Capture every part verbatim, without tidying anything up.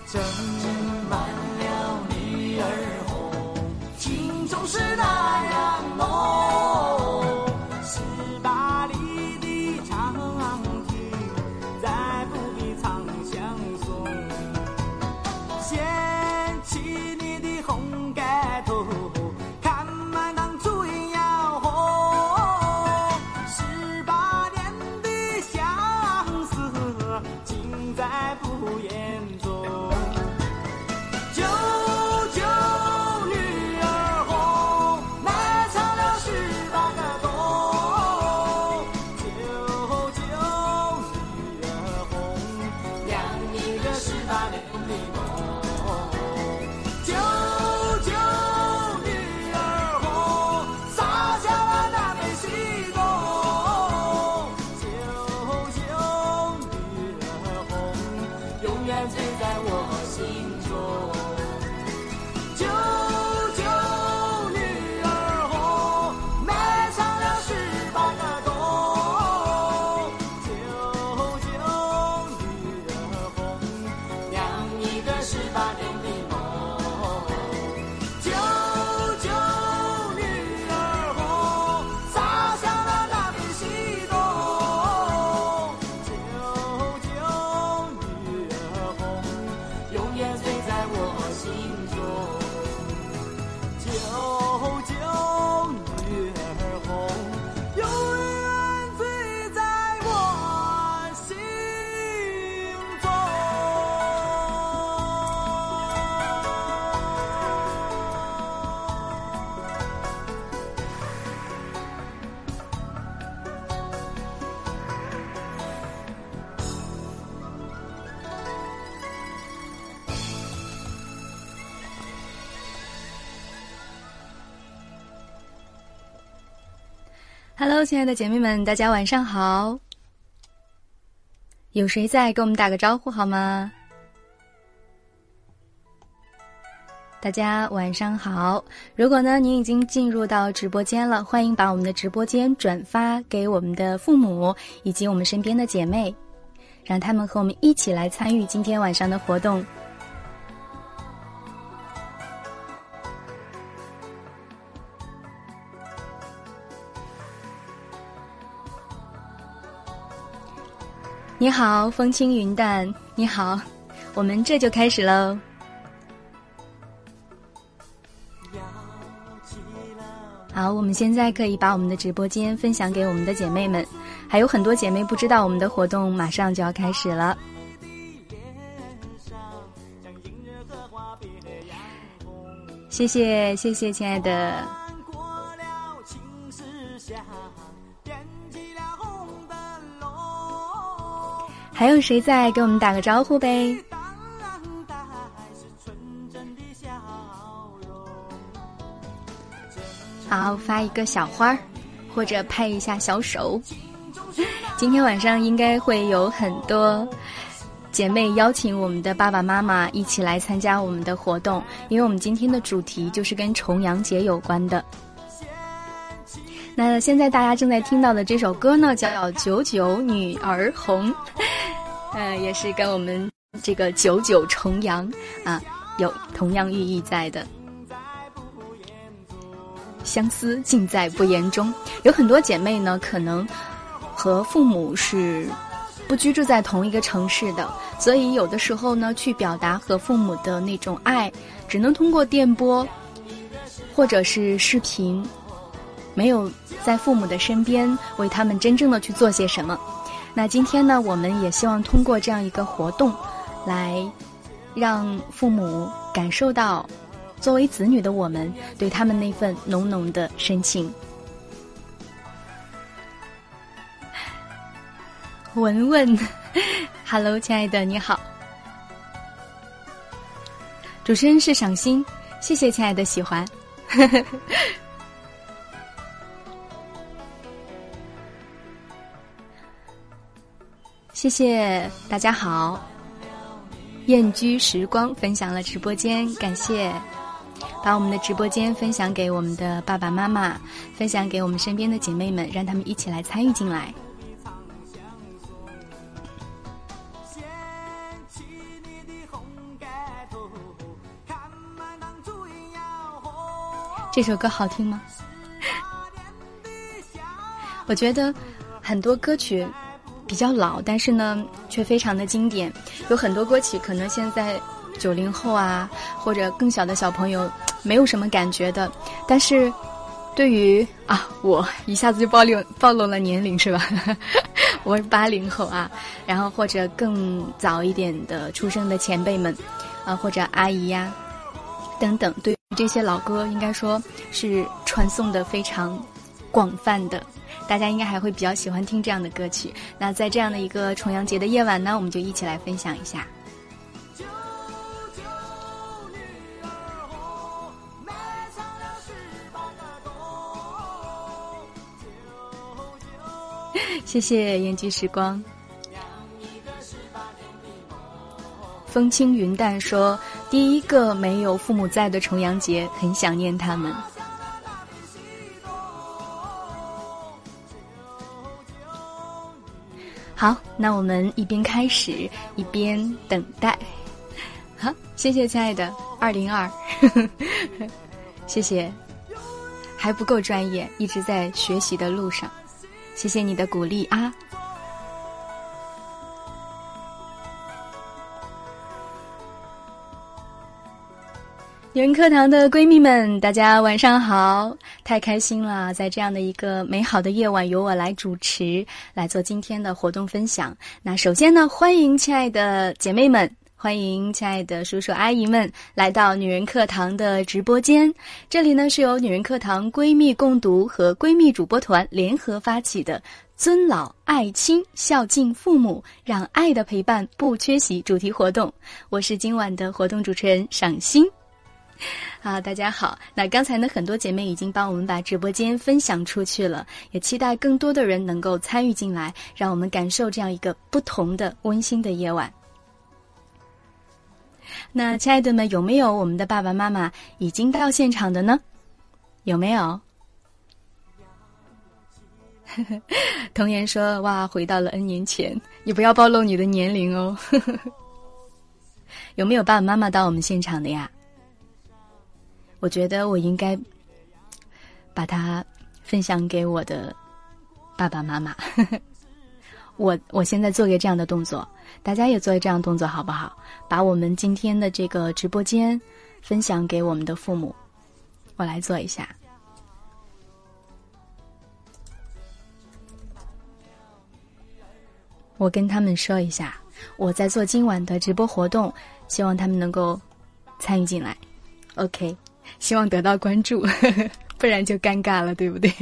盛满了女儿红，情总是那样浓。十八里的长亭，再不必长相送。掀起你的红盖头，看满当初要红。十八年的相思，尽在不言中。九九女儿红，埋藏了十八个洞。九九女儿红，酿一个十八年的梦。九九女儿红，洒下了那片西东。九九女儿红，永远醉在我心中。九九女儿红，埋藏了十八个洞。九九女儿红，酿一个十八年的梦。九九女儿红，洒下了那片西东。九九女儿红，永远醉在我心中。九九女儿红，永远醉在我心中。 Hello， 亲爱的姐妹们，大家晚上好。有谁在跟我们打个招呼好吗？大家晚上好。如果呢您已经进入到直播间了，欢迎把我们的直播间转发给我们的父母以及我们身边的姐妹，让他们和我们一起来参与今天晚上的活动。你好，风轻云淡，你好，我们这就开始喽。好，我们现在可以把我们的直播间分享给我们的姐妹们，还有很多姐妹不知道我们的活动马上就要开始了。谢谢，谢谢，亲爱的。还有谁在给我们打个招呼呗？好，发一个小花或者拍一下小手。今天晚上应该会有很多姐妹邀请我们的爸爸妈妈一起来参加我们的活动，因为我们今天的主题就是跟重阳节有关的。那现在大家正在听到的这首歌呢，叫《九九女儿红》，呃，也是跟我们这个九九重阳啊有同样寓意在的。相思尽在不言中。有很多姐妹呢，可能和父母是不居住在同一个城市的，所以有的时候呢，去表达和父母的那种爱，只能通过电波或者是视频，没有在父母的身边为他们真正的去做些什么。那今天呢，我们也希望通过这样一个活动来让父母感受到作为子女的我们对他们那份浓浓的深情。文文 Hello， 亲爱的，你好。主持人是赏心，谢谢亲爱的喜欢。谢谢大家好。燕居时光分享了直播间，感谢。把我们的直播间分享给我们的爸爸妈妈，分享给我们身边的姐妹们，让他们一起来参与进来。 这首歌好听吗？我觉得很多歌曲比较老，但是呢却非常的经典。有很多歌曲可能现在九零后啊或者更小的小朋友没有什么感觉的，但是对于啊我一下子就暴露暴露了年龄是吧？我是八零后啊，然后或者更早一点的出生的前辈们啊，或者阿姨呀、啊、等等，对于这些老歌应该说是传颂的非常广泛的，大家应该还会比较喜欢听这样的歌曲。那在这样的一个重阳节的夜晚呢，我们就一起来分享一下。谢谢烟居时光。风轻云淡说，第一个没有父母在的重阳节，很想念他们。好，那我们一边开始一边等待。好，谢谢亲爱的二零二，谢谢，还不够专业，一直在学习的路上。谢谢你的鼓励啊！女人课堂的闺蜜们，大家晚上好！太开心了，在这样的一个美好的夜晚，由我来主持，来做今天的活动分享。那首先呢，欢迎亲爱的姐妹们，欢迎亲爱的叔叔阿姨们来到女人课堂的直播间。这里呢是由女人课堂闺蜜共读和闺蜜主播团联合发起的尊老爱亲孝敬父母，让爱的陪伴不缺席主题活动。我是今晚的活动主持人赏心。好，大家好。那刚才呢，很多姐妹已经帮我们把直播间分享出去了，也期待更多的人能够参与进来，让我们感受这样一个不同的温馨的夜晚。那亲爱的们，有没有我们的爸爸妈妈已经到现场的呢？有没有？童言说，哇，回到了 N 年前，你不要暴露你的年龄哦。有没有爸爸妈妈到我们现场的呀？我觉得我应该把它分享给我的爸爸妈妈。我我现在做一个这样的动作，大家也做一个这样的动作好不好？把我们今天的这个直播间分享给我们的父母。我来做一下。我跟他们说一下，我在做今晚的直播活动，希望他们能够参与进来。OK， 希望得到关注，不然就尴尬了，对不对？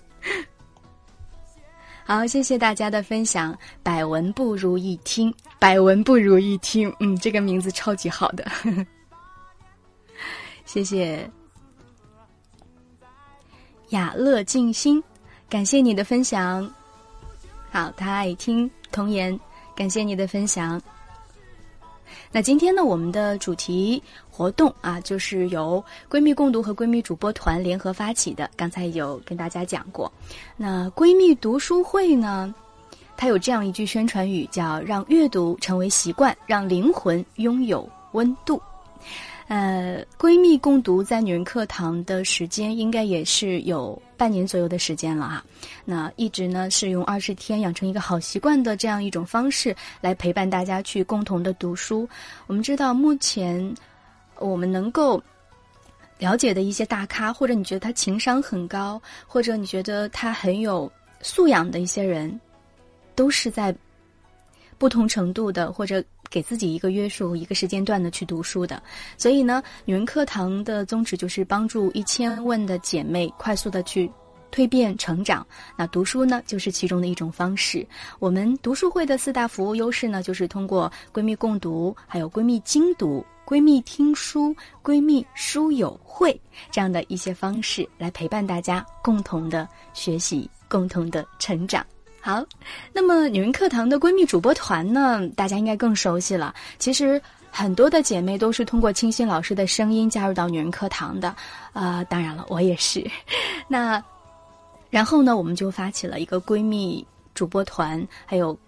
好，谢谢大家的分享。百闻不如一听，百闻不如一听，嗯，这个名字超级好的。谢谢雅乐静心，感谢你的分享。好，他爱听童言，感谢你的分享。那今天呢，我们的主题活动啊，就是由闺蜜共读和闺蜜主播团联合发起的。刚才有跟大家讲过，那闺蜜读书会呢，它有这样一句宣传语，叫让阅读成为习惯，让灵魂拥有温度。呃，闺蜜共读在女人课堂的时间应该也是有半年左右的时间了哈。那一直呢是用二十天养成一个好习惯的这样一种方式来陪伴大家去共同的读书。我们知道目前我们能够了解的一些大咖，或者你觉得他情商很高，或者你觉得他很有素养的一些人，都是在不同程度的或者给自己一个约束一个时间段的去读书的。所以呢，女人课堂的宗旨就是帮助一千问的姐妹快速的去蜕变成长，那读书呢就是其中的一种方式。我们读书会的四大服务优势呢，就是通过闺蜜共读，还有闺蜜精读，闺蜜听书，闺蜜书友会这样的一些方式来陪伴大家共同的学习，共同的成长。好，那么女人课堂的闺蜜主播团呢，大家应该更熟悉了。其实很多的姐妹都是通过清新老师的声音加入到女人课堂的，啊、呃，当然了，我也是。那然后呢，我们就发起了一个闺蜜主播团，还有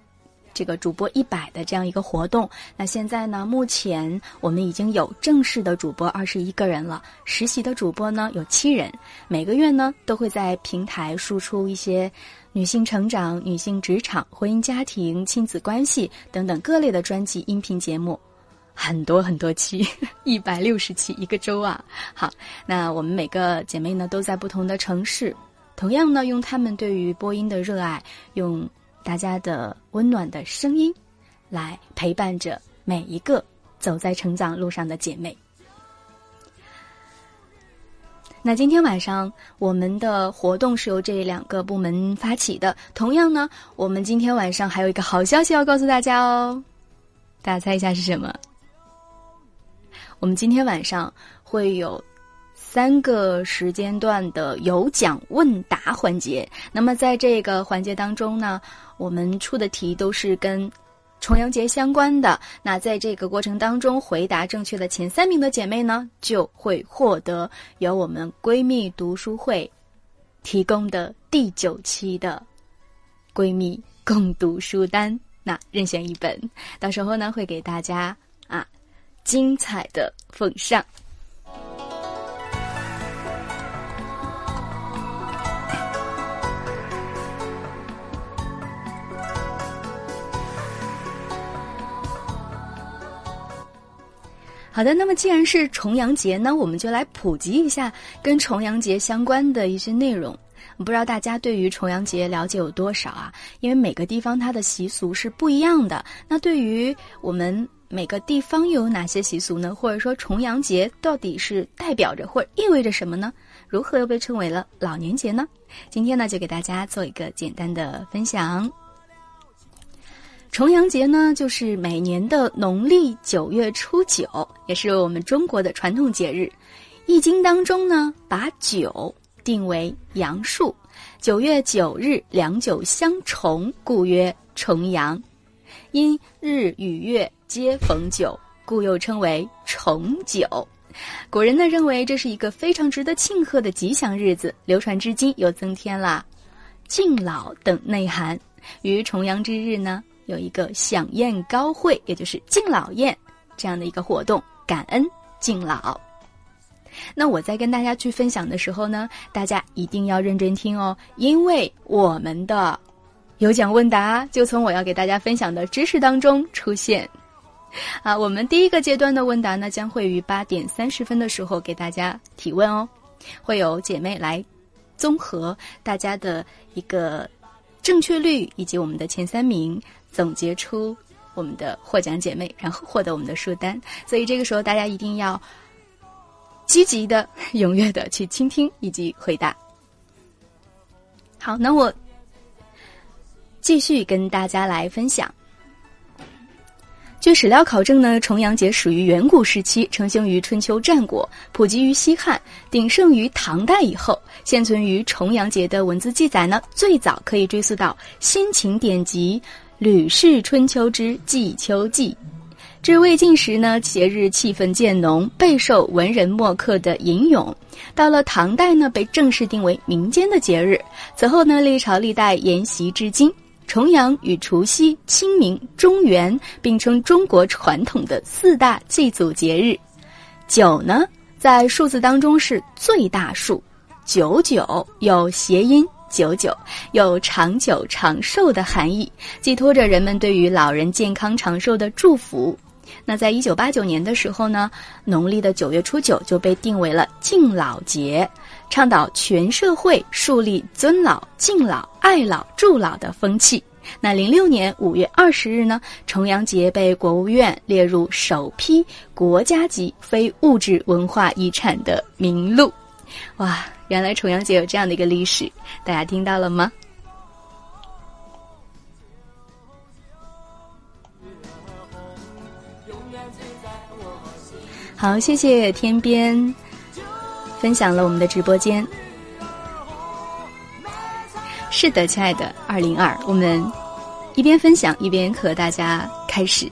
这个主播一百的这样一个活动。那现在呢，目前我们已经有正式的主播二十一个人了，实习的主播呢有七人，每个月呢都会在平台输出一些女性成长、女性职场、婚姻家庭、亲子关系等等各类的专辑音频节目，很多很多期，一百六十期一个周啊。好，那我们每个姐妹呢都在不同的城市，同样呢用她们对于播音的热爱，用大家的温暖的声音来陪伴着每一个走在成长路上的姐妹。那今天晚上我们的活动是由这两个部门发起的，同样呢我们今天晚上还有一个好消息要告诉大家哦，大家猜一下是什么？我们今天晚上会有三个时间段的有奖问答环节，那么在这个环节当中呢，我们出的题都是跟重阳节相关的，那在这个过程当中回答正确的前三名的姐妹呢，就会获得由我们闺蜜读书会提供的第九期的闺蜜共读书单，那任选一本，到时候呢会给大家啊精彩的奉上。好的，那么既然是重阳节呢，我们就来普及一下跟重阳节相关的一些内容。不知道大家对于重阳节了解有多少啊？因为每个地方它的习俗是不一样的。那对于我们每个地方又有哪些习俗呢？或者说重阳节到底是代表着或者意味着什么呢？如何又被称为了老年节呢？今天呢就给大家做一个简单的分享。重阳节呢，就是每年的农历九月初九，也是我们中国的传统节日。易经当中呢，把九定为阳数，九月九日两九相重，故曰重阳。因日与月皆逢九，故又称为重九。古人呢认为这是一个非常值得庆贺的吉祥日子，流传至今又增添了敬老等内涵。于重阳之日呢，有一个享宴高会，也就是敬老宴这样的一个活动，感恩敬老。那我在跟大家去分享的时候呢，大家一定要认真听哦，因为我们的有奖问答就从我要给大家分享的知识当中出现。啊，我们第一个阶段的问答呢，将会于八点三十分的时候给大家提问哦，会有姐妹来综合大家的一个正确率以及我们的前三名，总结出我们的获奖姐妹，然后获得我们的书单。所以这个时候大家一定要积极的、踊跃的去倾听以及回答。好，那我继续跟大家来分享。据史料考证呢，重阳节始于远古时期，成型于春秋战国，普及于西汉，鼎盛于唐代以后。现存于重阳节的文字记载呢，最早可以追溯到先秦典籍《吕氏春秋之季秋记》。至魏晋时呢，节日气氛渐浓，备受文人墨客的吟咏。到了唐代呢，被正式定为民间的节日。此后呢，历朝历代沿袭至今。重阳与除夕、清明、中元并称中国传统的四大祭祖节日。九呢，在数字当中是最大数，九九有谐音九九，有长久长寿的含义，寄托着人们对于老人健康长寿的祝福。那在一九八九年的时候呢，农历的九月初九就被定为了敬老节，倡导全社会树立尊老、敬老、爱老、助老的风气。那零六年五月二十日呢，重阳节被国务院列入首批国家级非物质文化遗产的名录。哇，原来重阳节有这样的一个历史，大家听到了吗？好，谢谢天边分享了我们的直播间。是的，亲爱的二零二，我们一边分享一边和大家开始。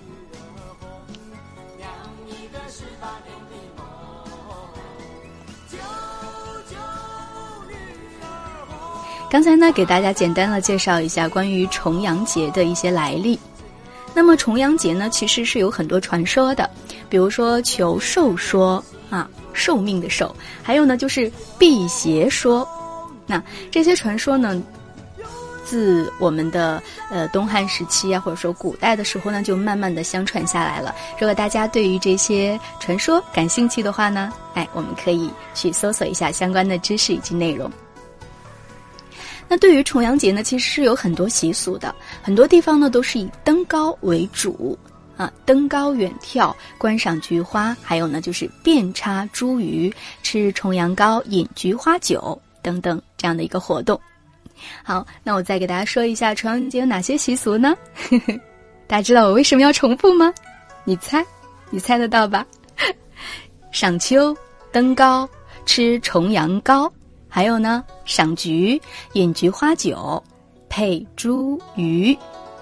刚才呢，给大家简单的介绍一下关于重阳节的一些来历。 那么重阳节呢，其实是有很多传说的，比如说求寿说啊，寿命的寿，还有呢就是辟邪说。那这些传说呢，自我们的呃东汉时期啊，或者说古代的时候呢，就慢慢的相传下来了。如果大家对于这些传说感兴趣的话呢，哎，我们可以去搜索一下相关的知识以及内容。那对于重阳节呢，其实是有很多习俗的，很多地方呢都是以登高为主啊，登高远眺，观赏菊花，还有呢就是遍插茱萸，吃重阳糕，饮菊花酒等等这样的一个活动。好，那我再给大家说一下重阳节有哪些习俗呢？大家知道我为什么要重复吗？你猜，你猜得到吧？赏秋、登高、吃重阳糕，还有呢，赏菊、饮菊花酒、配茱萸。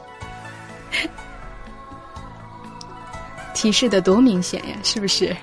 提示的多明显呀，是不是？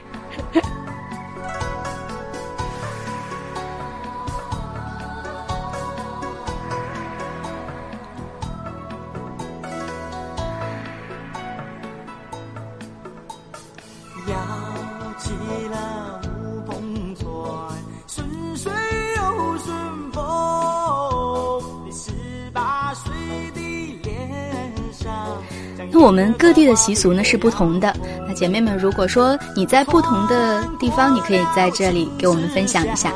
摇起了乌篷船，顺水又顺风，十八岁的脸上。 那我们各地的习俗呢是不同的，那姐妹们，如果说你在不同的地方，你可以在这里给我们分享一下。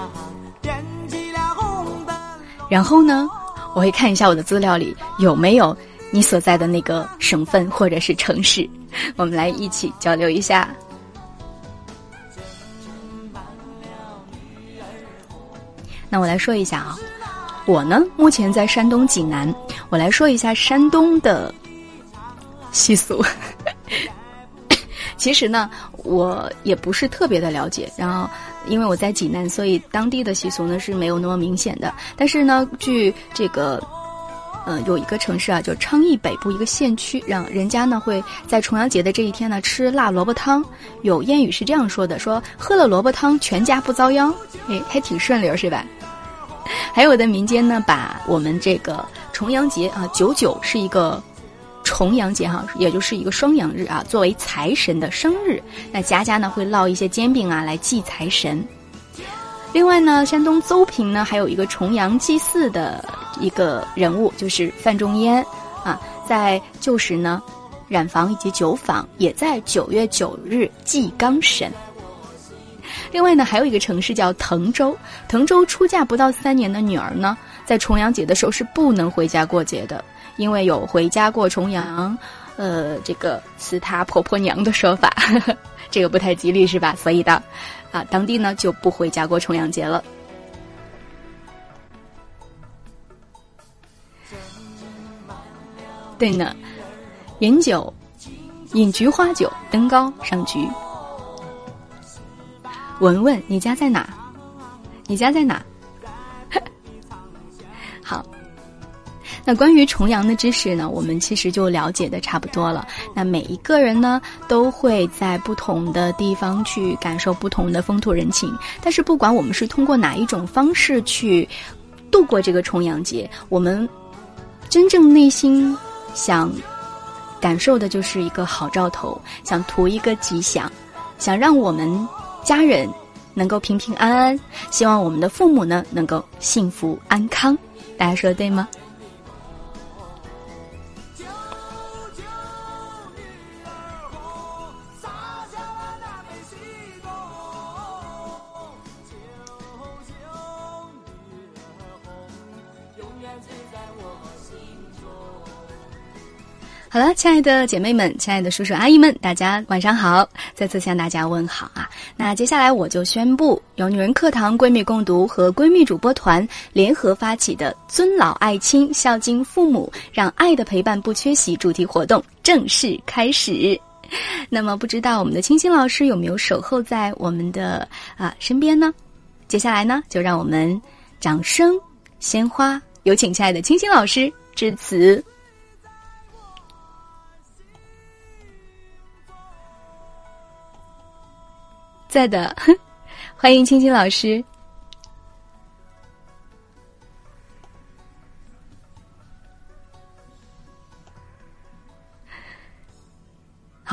然后呢，我会看一下我的资料里有没有你所在的那个省份或者是城市，我们来一起交流一下。那我来说一下啊，我呢目前在山东济南，我来说一下山东的习俗。其实呢我也不是特别的了解，然后因为我在济南，所以当地的习俗呢是没有那么明显的。但是呢据这个呃有一个城市啊，就昌邑北部一个县区，让人家呢会在重阳节的这一天呢吃辣萝卜汤。有谚语是这样说的，说喝了萝卜汤全家不遭殃。诶，还挺顺溜是吧？还有的民间呢把我们这个重阳节啊，九九是一个重阳节哈，也就是一个双阳日啊，作为财神的生日，那家家呢会烙一些煎饼啊来祭财神。另外呢，山东邹平呢还有一个重阳祭祀的一个人物，就是范仲淹啊，在旧时呢染坊以及酒坊也在九月九日祭刚神。另外呢，还有一个城市叫滕州，滕州出嫁不到三年的女儿呢，在重阳节的时候是不能回家过节的，因为有回家过重阳，呃，这个辞她婆婆娘的说法，呵呵，这个不太吉利是吧？所以的，啊，当地呢就不回家过重阳节了。对呢，饮酒，饮菊花酒，登高赏菊。文文，你家在哪？你家在哪？好，那关于重阳的知识呢，我们其实就了解的差不多了。那每一个人呢，都会在不同的地方去感受不同的风土人情。但是不管我们是通过哪一种方式去度过这个重阳节，我们真正内心想感受的就是一个好兆头，想图一个吉祥，想让我们家人能够平平安安，希望我们的父母呢能够幸福安康。大家说对吗？好了，亲爱的姐妹们，亲爱的叔叔阿姨们，大家晚上好，再次向大家问好啊。那接下来我就宣布，由女人课堂闺蜜共读和闺蜜主播团联合发起的尊老爱亲孝敬父母让爱的陪伴不缺席主题活动正式开始。那么不知道我们的清新老师有没有守候在我们的啊身边呢？接下来呢，就让我们掌声鲜花有请亲爱的清新老师致辞。在的，欢迎青青老师。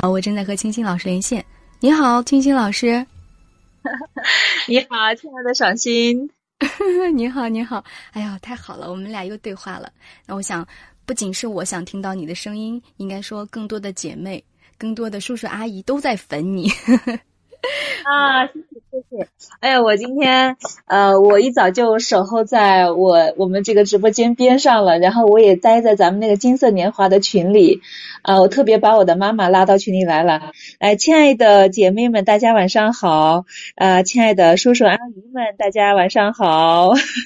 好，我正在和青青老师连线。你好，青青老师。 你好，亲爱的赏心。 你好，你好。哎呀，太好了，我们俩又对话了。那我想，不仅是我想听到你的声音，应该说更多的姐妹、更多的叔叔阿姨都在粉你。 啊，谢谢谢谢。哎呀，我今天呃，我一早就守候在我我们这个直播间边上了，然后我也待在咱们那个金色年华的群里，啊、呃，我特别把我的妈妈拉到群里来了。哎，亲爱的姐妹们，大家晚上好。呃，亲爱的叔叔阿姨们，大家晚上好。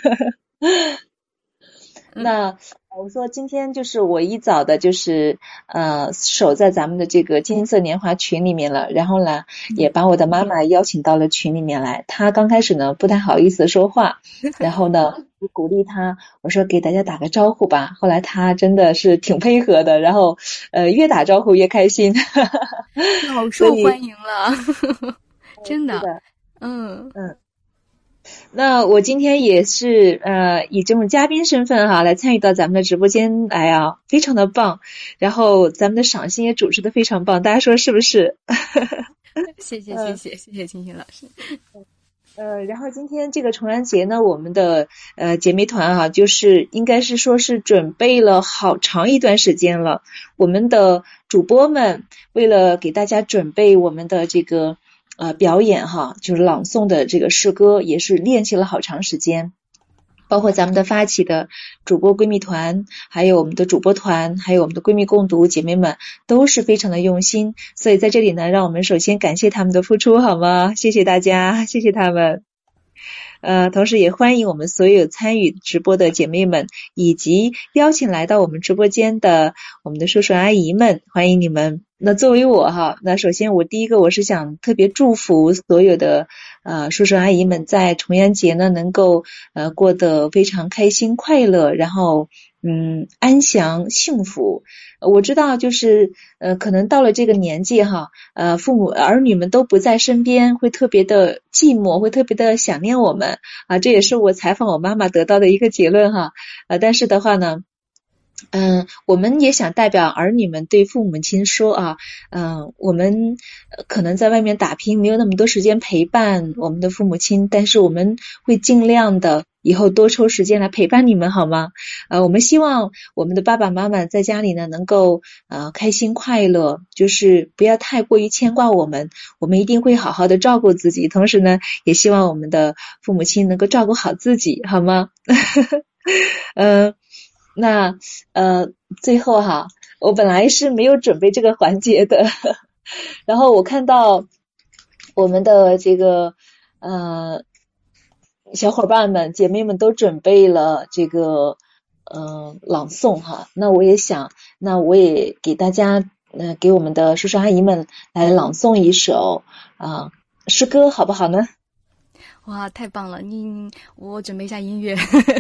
那我说今天就是我一早的就是呃守在咱们的这个金色年华群里面了，然后呢也把我的妈妈邀请到了群里面来。她刚开始呢不太好意思说话，然后呢我鼓励她，我说给大家打个招呼吧。后来她真的是挺配合的，然后呃越打招呼越开心。 好受欢迎了。真的。嗯嗯。那我今天也是呃以这种嘉宾身份哈来参与到咱们的直播间来啊，非常的棒。然后咱们的赏心也主持的非常棒，大家说是不是？ 谢谢谢谢谢谢青青老师。 呃，然后今天这个重阳节呢，我们的呃姐妹团哈、啊，就是应该是说是准备了好长一段时间了。我们的主播们为了给大家准备我们的这个。呃，表演哈，就是朗诵的这个诗歌，也是练习了好长时间。包括咱们的发起的主播闺蜜团，还有我们的主播团，还有我们的闺蜜共读姐妹们，都是非常的用心。所以在这里呢，让我们首先感谢他们的付出，好吗？谢谢大家，谢谢他们。呃，同时也欢迎我们所有参与直播的姐妹们，以及邀请来到我们直播间的我们的叔叔阿姨们，欢迎你们。那作为我哈，那首先我第一个我是想特别祝福所有的呃叔叔阿姨们在重阳节呢能够呃过得非常开心快乐，然后嗯安详幸福。我知道就是呃可能到了这个年纪哈，呃父母儿女们都不在身边，会特别的寂寞，会特别的想念我们啊，这也是我采访我妈妈得到的一个结论哈。呃但是的话呢。嗯，我们也想代表儿女们对父母亲说啊，嗯，我们可能在外面打拼，没有那么多时间陪伴我们的父母亲，但是我们会尽量的以后多抽时间来陪伴你们，好吗？呃，我们希望我们的爸爸妈妈在家里呢能够呃开心快乐，就是不要太过于牵挂我们，我们一定会好好的照顾自己，同时呢，也希望我们的父母亲能够照顾好自己，好吗？嗯。那呃最后哈，我本来是没有准备这个环节的，然后我看到我们的这个呃小伙伴们姐妹们都准备了这个呃朗诵哈，那我也想，那我也给大家呃给我们的叔叔阿姨们来朗诵一首啊、呃、诗歌，好不好呢？ 哇，太棒了！你我准备一下音乐。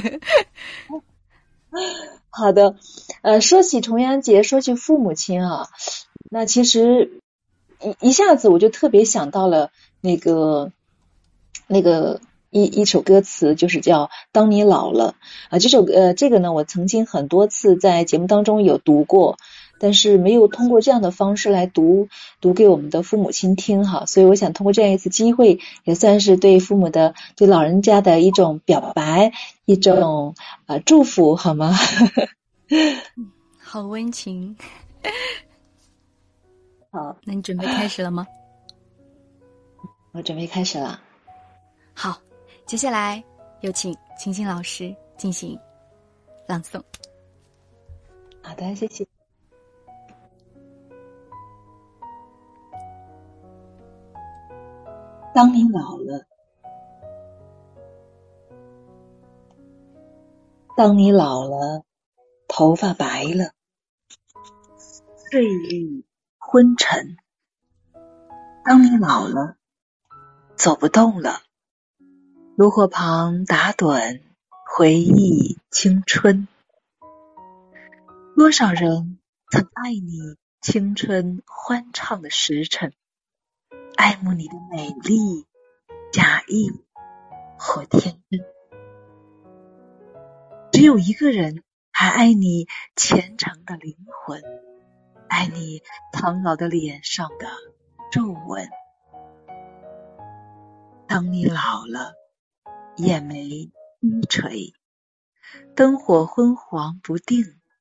好的，呃，说起重阳节，说起父母亲啊，那其实一一下子我就特别想到了那个那个一一首歌词，就是叫《当你老了》啊。这首呃这个呢，我曾经很多次在节目当中有读过，但是没有通过这样的方式来读读给我们的父母亲听哈，所以我想通过这样一次机会，也算是对父母的对老人家的一种表白，一种呃祝福，好吗？ 好温情。 好， 那你准备开始了吗？ 我准备开始了。 好，接下来有请青青老师进行朗诵。 好的，谢谢。当你老了，当你老了，头发白了，睡意昏沉。当你老了，走不动了，炉火旁打盹，回忆青春。多少人曾爱你青春欢畅的时辰，爱慕你的美丽、假意或天真。只有一个人还爱你虔诚的灵魂， 爱你苍老的脸上的皱纹。当你老了，眼眉低垂，灯火昏黄不定，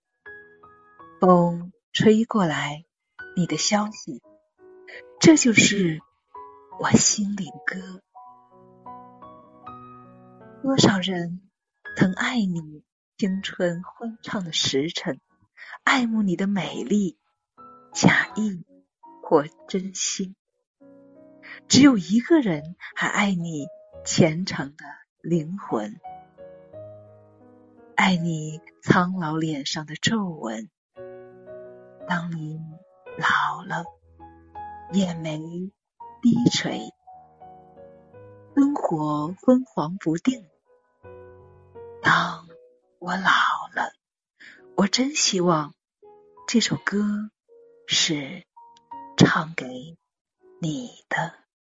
风吹过来你的消息，这就是我心里歌。多少人曾爱你青春欢畅的时辰，爱慕你的美丽，假意或真心。只有一个人还爱你虔诚的灵魂，爱你苍老脸上的皱纹。当你老了，眼眉低垂，灯火昏黄不定。当我老了，我真希望这首歌是唱给你的。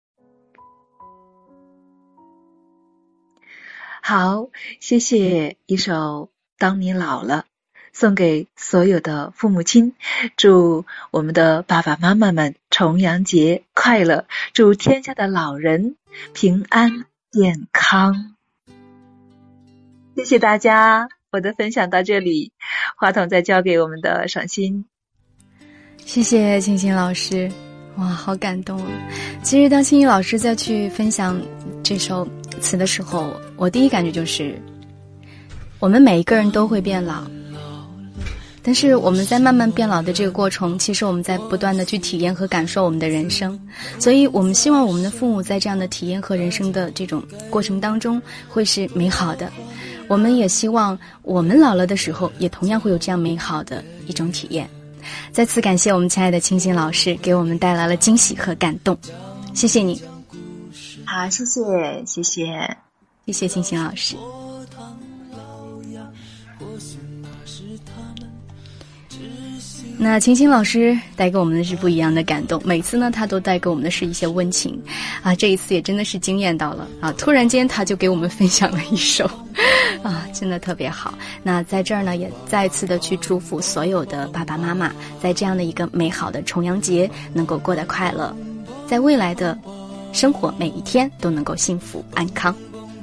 好，谢谢一首《当你老了》，送给所有的父母亲，祝我们的爸爸妈妈们重阳节快乐，祝天下的老人平安健康。谢谢大家，我的分享到这里，话筒再交给我们的爽心。 谢谢青青老师，哇，好感动啊！其实当青青老师再去分享这首词的时候，我第一感觉就是我们每一个人都会变老，但是我们在慢慢变老的这个过程，其实我们在不断的去体验和感受我们的人生，所以我们希望我们的父母在这样的体验和人生的这种过程当中会是美好的，我们也希望我们老了的时候也同样会有这样美好的一种体验。再次感谢我们亲爱的青青老师给我们带来了惊喜和感动，谢谢你。 好，谢谢谢谢谢谢青青老师。那青青老师带给我们的是不一样的感动，每次呢他都带给我们的是一些温情啊，这一次也真的是惊艳到了啊！突然间他就给我们分享了一首啊，真的特别好。那在这儿呢，也再次的去祝福所有的爸爸妈妈，在这样的一个美好的重阳节能够过得快乐，在未来的生活每一天都能够幸福安康。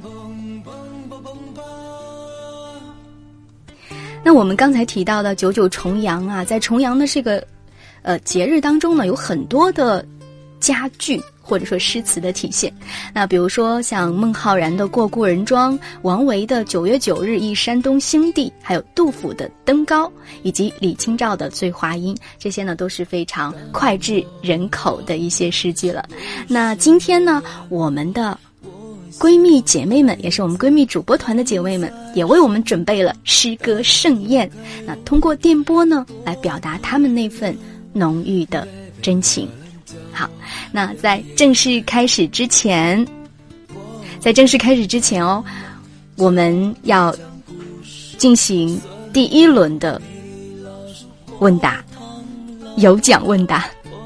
那我们刚才提到的九九重阳啊，在重阳的这个呃节日当中呢，有很多的佳句或者说诗词的体现。那比如说像孟浩然的《过故人庄》，王维的九月九日忆山东兴地，还有杜甫的《登高》，以及李清照的《醉华阴》，这些呢都是非常脍炙人口的一些诗句了。那今天呢，我们的闺蜜姐妹们，也是我们闺蜜主播团的姐妹们，也为我们准备了诗歌盛宴。那通过电波呢，来表达她们那份浓郁的真情。好，那在正式开始之前，在正式开始之前哦，我们要进行第一轮的问答，有奖问答。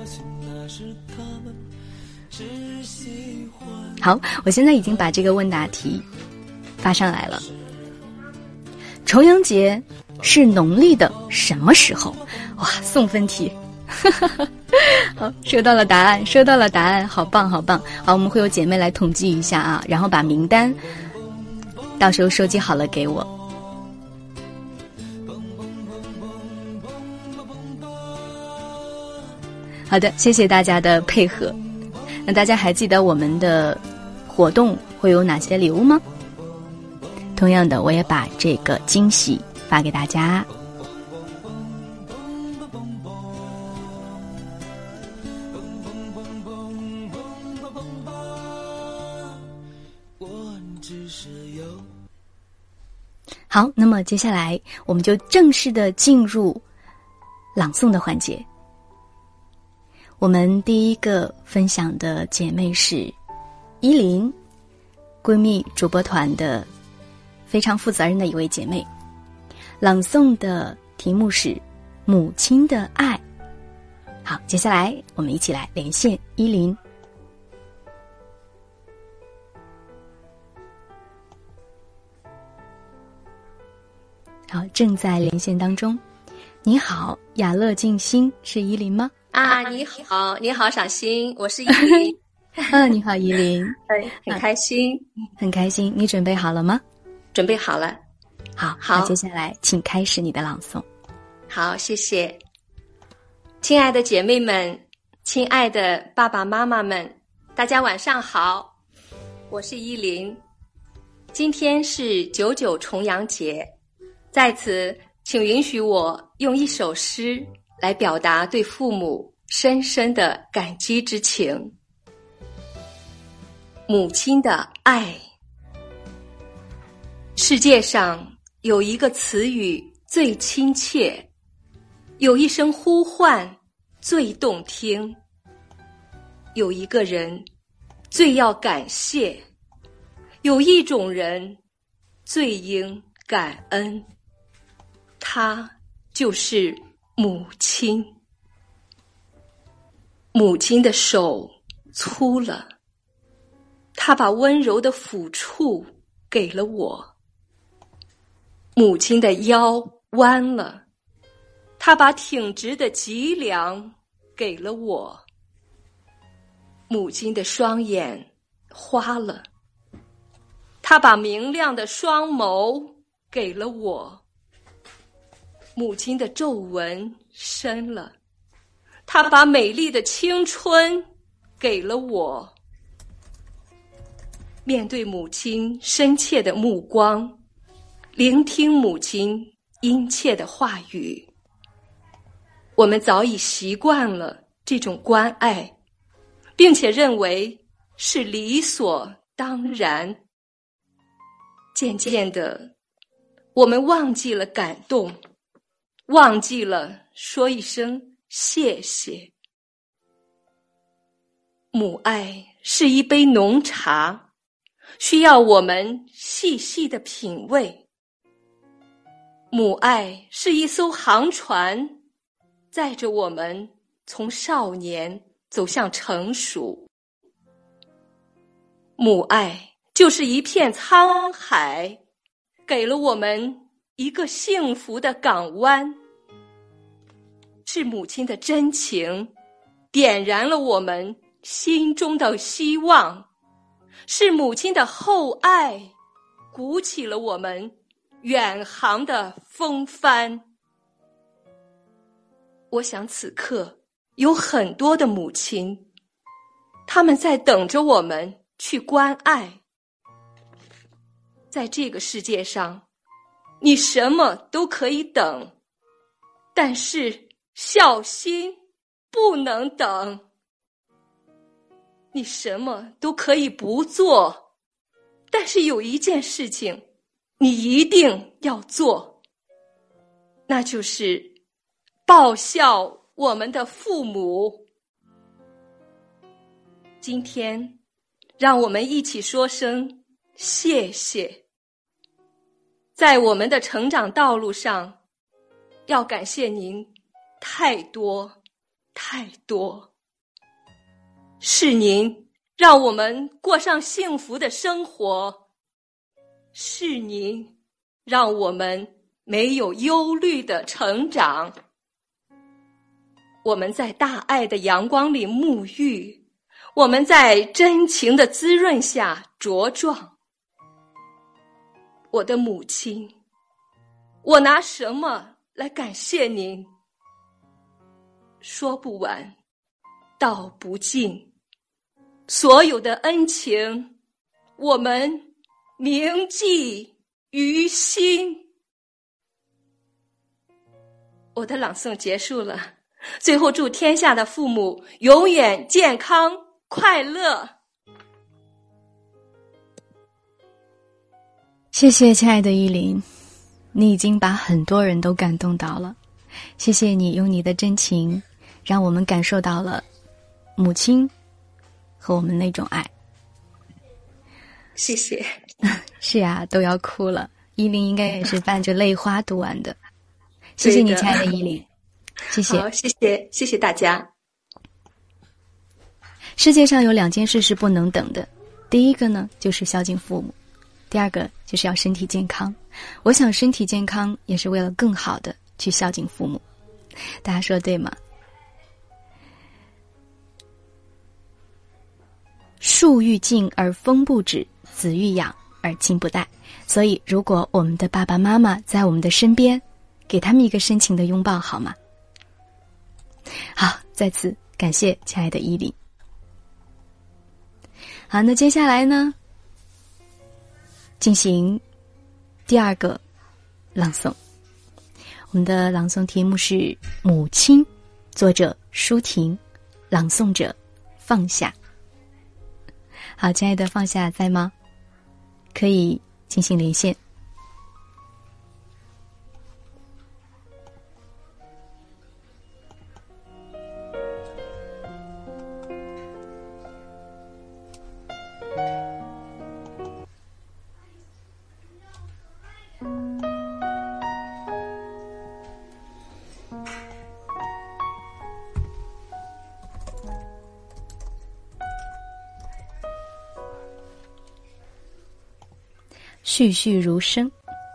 好，我现在已经把这个问答题发上来了。重阳节是农历的什么时候？哇，送分题。好，收到了答案，收到了答案，好棒好棒。好，我们会有姐妹来统计一下啊，然后把名单到时候收集好了给我。好的，谢谢大家的配合。那大家还记得我们的活动会有哪些礼物吗？同样的，我也把这个惊喜发给大家。好，那么接下来我们就正式的进入朗诵的环节。我们第一个分享的姐妹是依林，闺蜜主播团的非常负责任的一位姐妹。朗诵的题目是母亲的爱。好，接下来我们一起来连线依林。好，正在连线当中。 你好，雅乐静心，是依林吗？ 啊，你好，你好，赏心，我是依林。 嗯，你好，依林。 哎，很开心、 啊，很开心。你准备好了吗？ 准备好了。 好， 好， 那接下来请开始你的朗诵。 好，谢谢。亲爱的姐妹们，亲爱的爸爸妈妈们，大家晚上好，我是依林。今天是九九重阳节，在此请允许我用一首诗来表达对父母深深的感激之情。母亲的爱。世界上有一个词语最亲切，有一声呼唤最动听，有一个人最要感谢，有一种人最应感恩，她就是母亲。母亲的手粗了，她把温柔的抚触给了我。母亲的腰弯了，她把挺直的脊梁给了我。母亲的双眼花了，她把明亮的双眸给了我。母亲的皱纹深了，她把美丽的青春给了我。面对母亲深切的目光，聆听母亲殷切的话语，我们早已习惯了这种关爱，并且认为是理所当然。渐渐的，我们忘记了感动，忘记了说一声谢谢。母爱是一杯浓茶，需要我们细细的品味。母爱是一艘航船，载着我们从少年走向成熟。母爱就是一片沧海，给了我们一个幸福的港湾。是母亲的真情，点燃了我们心中的希望。是母亲的厚爱，鼓起了我们远航的风帆。我想此刻有很多的母亲，她们在等着我们去关爱。在这个世界上，你什么都可以等，但是孝心不能等。你什么都可以不做，但是有一件事情你一定要做，那就是报效我们的父母。今天，让我们一起说声谢谢。在我们的成长道路上，要感谢您太多太多。是您让我们过上幸福的生活，是您让我们没有忧虑的成长。我们在大爱的阳光里沐浴，我们在真情的滋润下茁壮。我的母亲，我拿什么来感谢您？说不完，道不尽。所有的恩情，我们铭记于心。我的朗诵结束了，最后祝天下的父母永远健康快乐。 谢谢亲爱的依林，你已经把很多人都感动到了。谢谢你用你的真情，让我们感受到了母亲和我们那种爱。 谢谢。 是啊，都要哭了。依林应该也是伴着泪花读完的。谢谢你，亲爱的依林。谢谢。 好，谢谢，谢谢大家。 世界上有两件事是不能等的，第一个呢，就是孝敬父母；第二个就是要身体健康。我想身体健康也是为了更好的去孝敬父母。 大家说对吗？树欲静而风不止，子欲养而亲不待。所以如果我们的爸爸妈妈在我们的身边，给他们一个深情的拥抱好吗？好，再次感谢亲爱的依林。好，那接下来呢，进行第二个朗诵。我们的朗诵题目是《母亲》，作者舒婷，朗诵者放下。好，亲爱的放下在吗？可以进行连线。栩栩如生。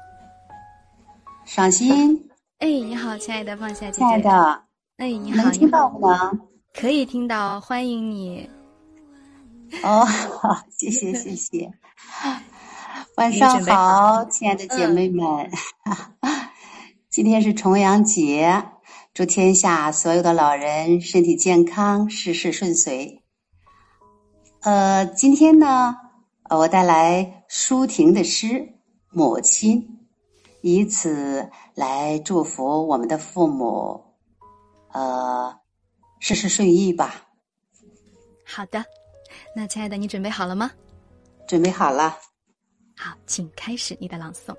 赏心， 哎，你好，亲爱的放下姐姐。 亲爱的， 哎，你好， 能听到不能？ 可以听到，欢迎你。 哦，好，谢谢谢谢。晚上好，亲爱的姐妹们。嗯、今天是重阳节，祝天下所有的老人身体健康，事事顺遂。呃，今天呢，我带来舒婷的诗《母亲》，以此来祝福我们的父母，呃，事事顺意吧。 好的，那亲爱的，你准备好了吗？ 准备好了。 好，请开始你的朗诵。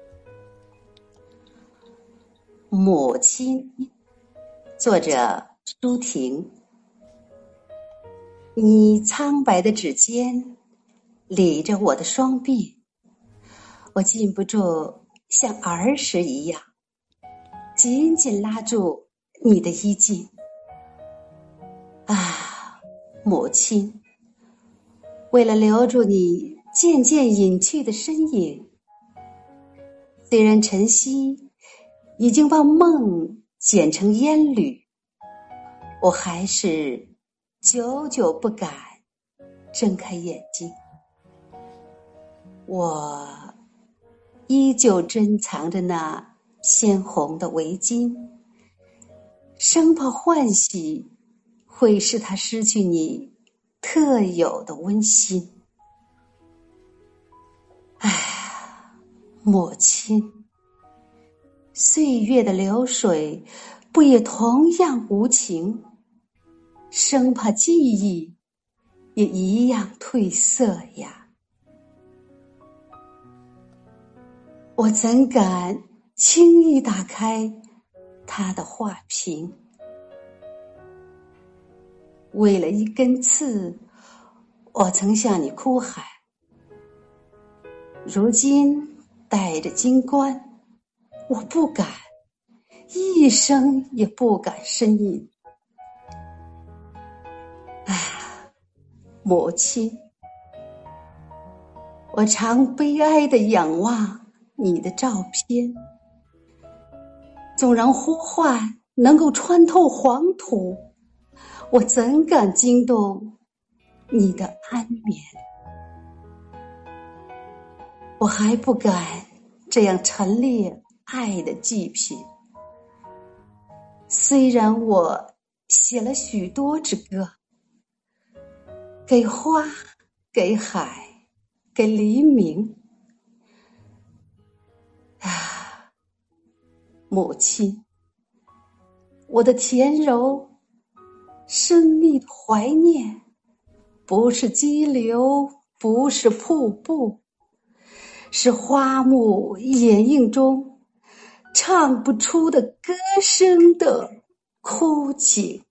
母亲，作者舒婷。你苍白的指尖理着我的双臂，我禁不住像儿时一样紧紧拉住你的衣襟。啊，母亲，为了留住你渐渐隐去的身影，虽然晨曦已经把梦剪成烟缕，我还是久久不敢睁开眼睛。我依旧珍藏着那鲜红的围巾，生怕欢喜会使它失去你特有的温馨。唉，母亲，岁月的流水不也同样无情，生怕记忆也一样褪色呀。我怎敢轻易打开他的画屏？为了一根刺，我曾向你哭喊，如今带着金冠，我不敢，一声也不敢呻吟。唉，母亲，我常悲哀地仰望你的照片，纵然呼唤能够穿透黄土，我怎敢惊动你的安眠？我还不敢这样陈列爱的祭品，虽然我写了许多支歌，给花，给海，给黎明。啊，母亲，我的甜柔深密的怀念，不是激流，不是瀑布，是花木掩映中唱不出的歌声的哭泣。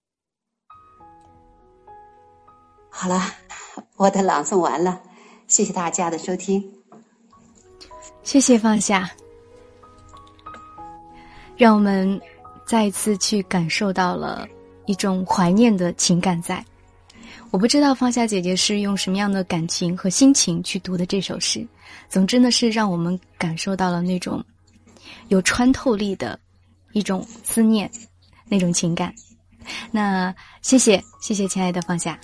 好了，我的朗诵完了，谢谢大家的收听。 谢谢放下，让我们再一次去感受到了一种怀念的情感在。我不知道放下姐姐是用什么样的感情和心情去读的这首诗，总之呢是让我们感受到了那种有穿透力的一种思念， 那种情感。那谢谢谢谢亲爱的放下。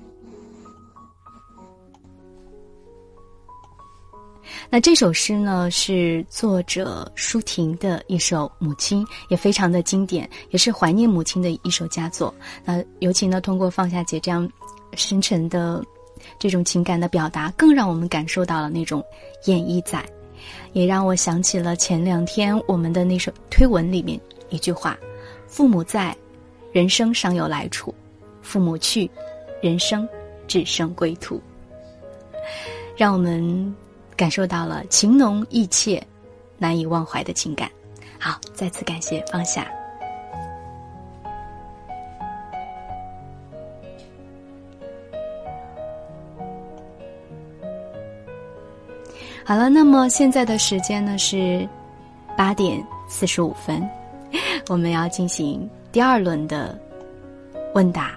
那这首诗呢，是作者舒婷的一首《母亲》，也非常的经典，也是怀念母亲的一首佳作。那尤其呢，通过放下姐这样深沉的这种情感的表达，更让我们感受到了那种演绎在，也让我想起了前两天我们的那首推文里面一句话：父母在，人生尚有来处；父母去，人生只剩归途。让我们感受到了情浓意切、难以忘怀的情感。好，再次感谢放下。好了，那么现在的时间呢是八点四十五分，我们要进行第二轮的问答。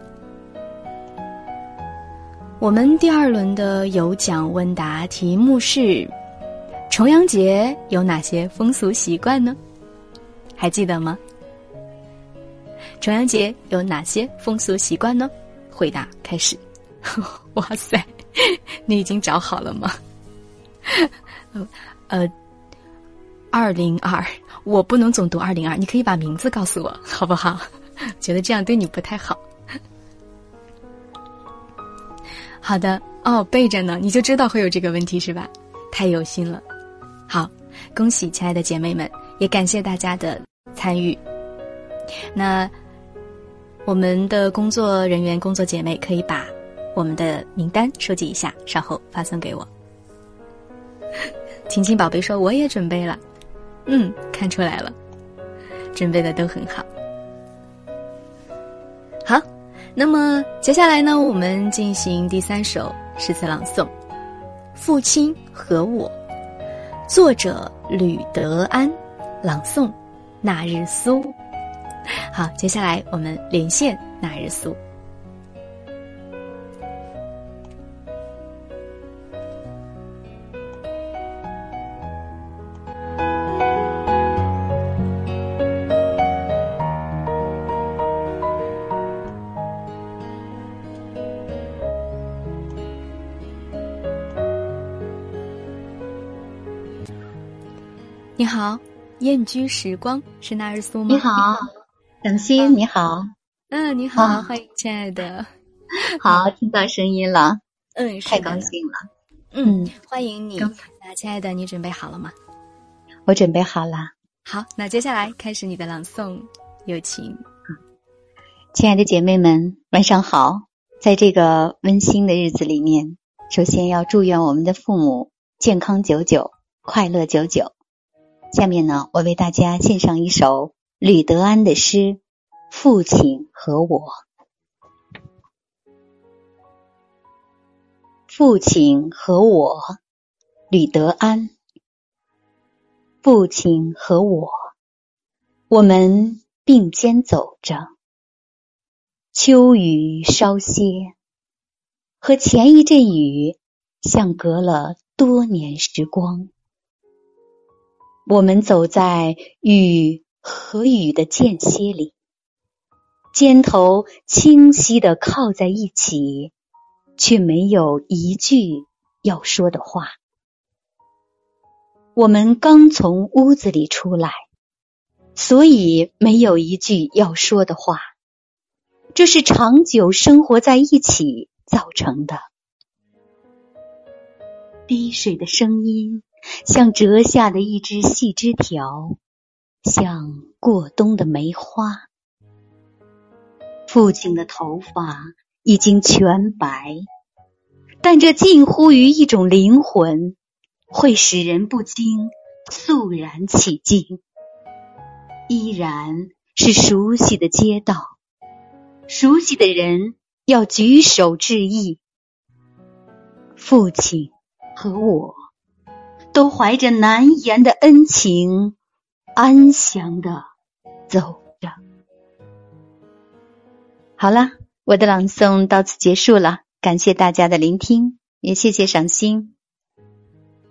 我们第二轮的有奖问答题目是：重阳节有哪些风俗习惯呢？还记得吗？重阳节有哪些风俗习惯呢？回答开始。哇塞，你已经找好了吗？呃，二零二，我不能总读二零二，你可以把名字告诉我，好不好？觉得这样对你不太好。好的，哦，背着呢，你就知道会有这个问题是吧？太有心了。好，恭喜亲爱的姐妹们，也感谢大家的参与。那我们的工作人员、工作姐妹可以把我们的名单收集一下，稍后发送给我。晴晴宝贝说我也准备了，嗯，看出来了，准备的都很好。好，那么接下来呢，我们进行第三首诗词朗诵《父亲和我》，作者吕德安，朗诵那日苏。好，接下来我们连线那日苏。你好，燕居时光是那日苏吗？ 你好，等心，你好。 嗯，你好， 啊欢迎亲爱的。 好，听到声音了， 嗯， 太高兴了。 嗯， 嗯欢迎你。 刚那亲爱的，你准备好了吗？ 我准备好了。 好，那接下来开始你的朗诵，有请。 亲爱的姐妹们，晚上好。在这个温馨的日子里面，首先要祝愿我们的父母健康久久，快乐久久。下面呢，我为大家献上一首吕德安的诗《父亲和我》。父亲和我，吕德安。父亲和我，我们并肩走着，秋雨稍歇，和前一阵雨像隔了多年时光。我们走在雨和雨的间歇里，肩头清晰地靠在一起，却没有一句要说的话。我们刚从屋子里出来，所以没有一句要说的话。这是长久生活在一起造成的。滴水的声音像折下的一只细枝条，像过冬的梅花。父亲的头发已经全白，但这近乎于一种灵魂，会使人不禁肃然起敬。依然是熟悉的街道，熟悉的人要举手致意。父亲和我都怀着难言的恩情，安详地走着。好了，我的朗诵到此结束了，感谢大家的聆听，也谢谢赏心。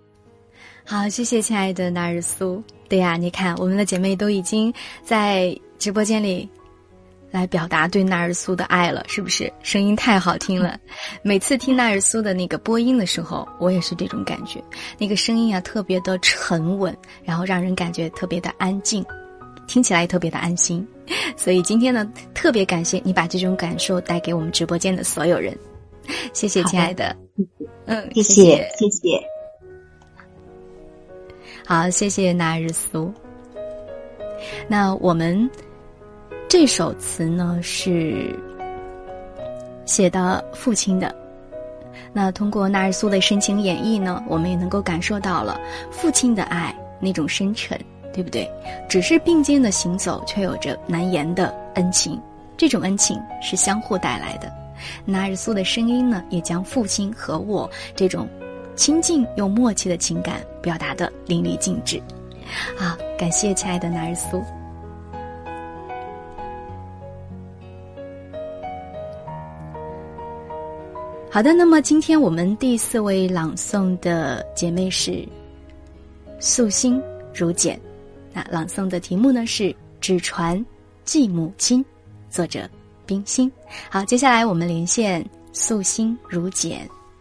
好，谢谢亲爱的那日苏。对呀，你看我们的姐妹都已经在直播间里来表达对纳日苏的爱了，是不是？声音太好听了，每次听纳日苏的那个播音的时候，我也是这种感觉，那个声音啊特别的沉稳，然后让人感觉特別的安靜，聽起來特別的安心。所以今天呢，特別感謝你把這種感受帶給我們直播間的所有人。謝謝親愛的，嗯， 謝謝謝謝。 好，謝謝納日蘇。那我們這首詞呢是寫的父親的，那通過納日蘇的深情演繹呢，我們也能夠感受到了父親的愛那種深沉，對不對？只是並肩的行走，卻有着難言的恩情，這種恩情是相互帶來的。納日蘇的聲音呢，也將父親和我這種親近又默契的情感表達得淋漓盡致。好，感謝親愛的納日蘇。好的，那麼今天我們第四位朗誦的姐妹是素心如簡，那朗誦的題目呢是《只傳寄母親》，作者冰心。好，接下來我們連線素心如簡。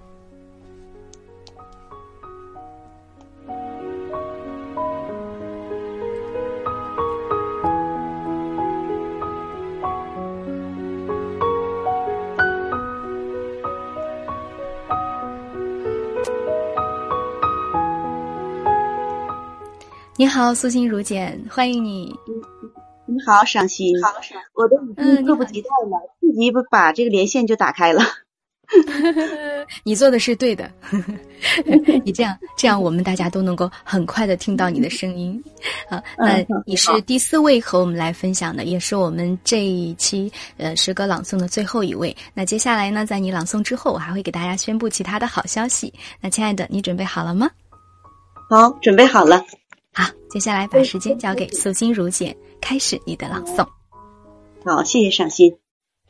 你好，素心如簡，歡迎你。 你好，賞心。好，我都已經迫不及待了，嗯、自己把這個連線就打開了。 你做的是對的，你這樣這樣，我們大家都能夠很快的聽到你的聲音。啊，那你是第四位和我們來分享的，也是我們這一期呃詩歌朗誦的最後一位。那接下來呢，在你朗誦之後，我還會給大家宣布其他的好消息。那親愛的，你準備好了嗎？ 好，準備好了。 好，接下來把時間交給素心如簡，開始你的朗誦。 好，謝謝賞心。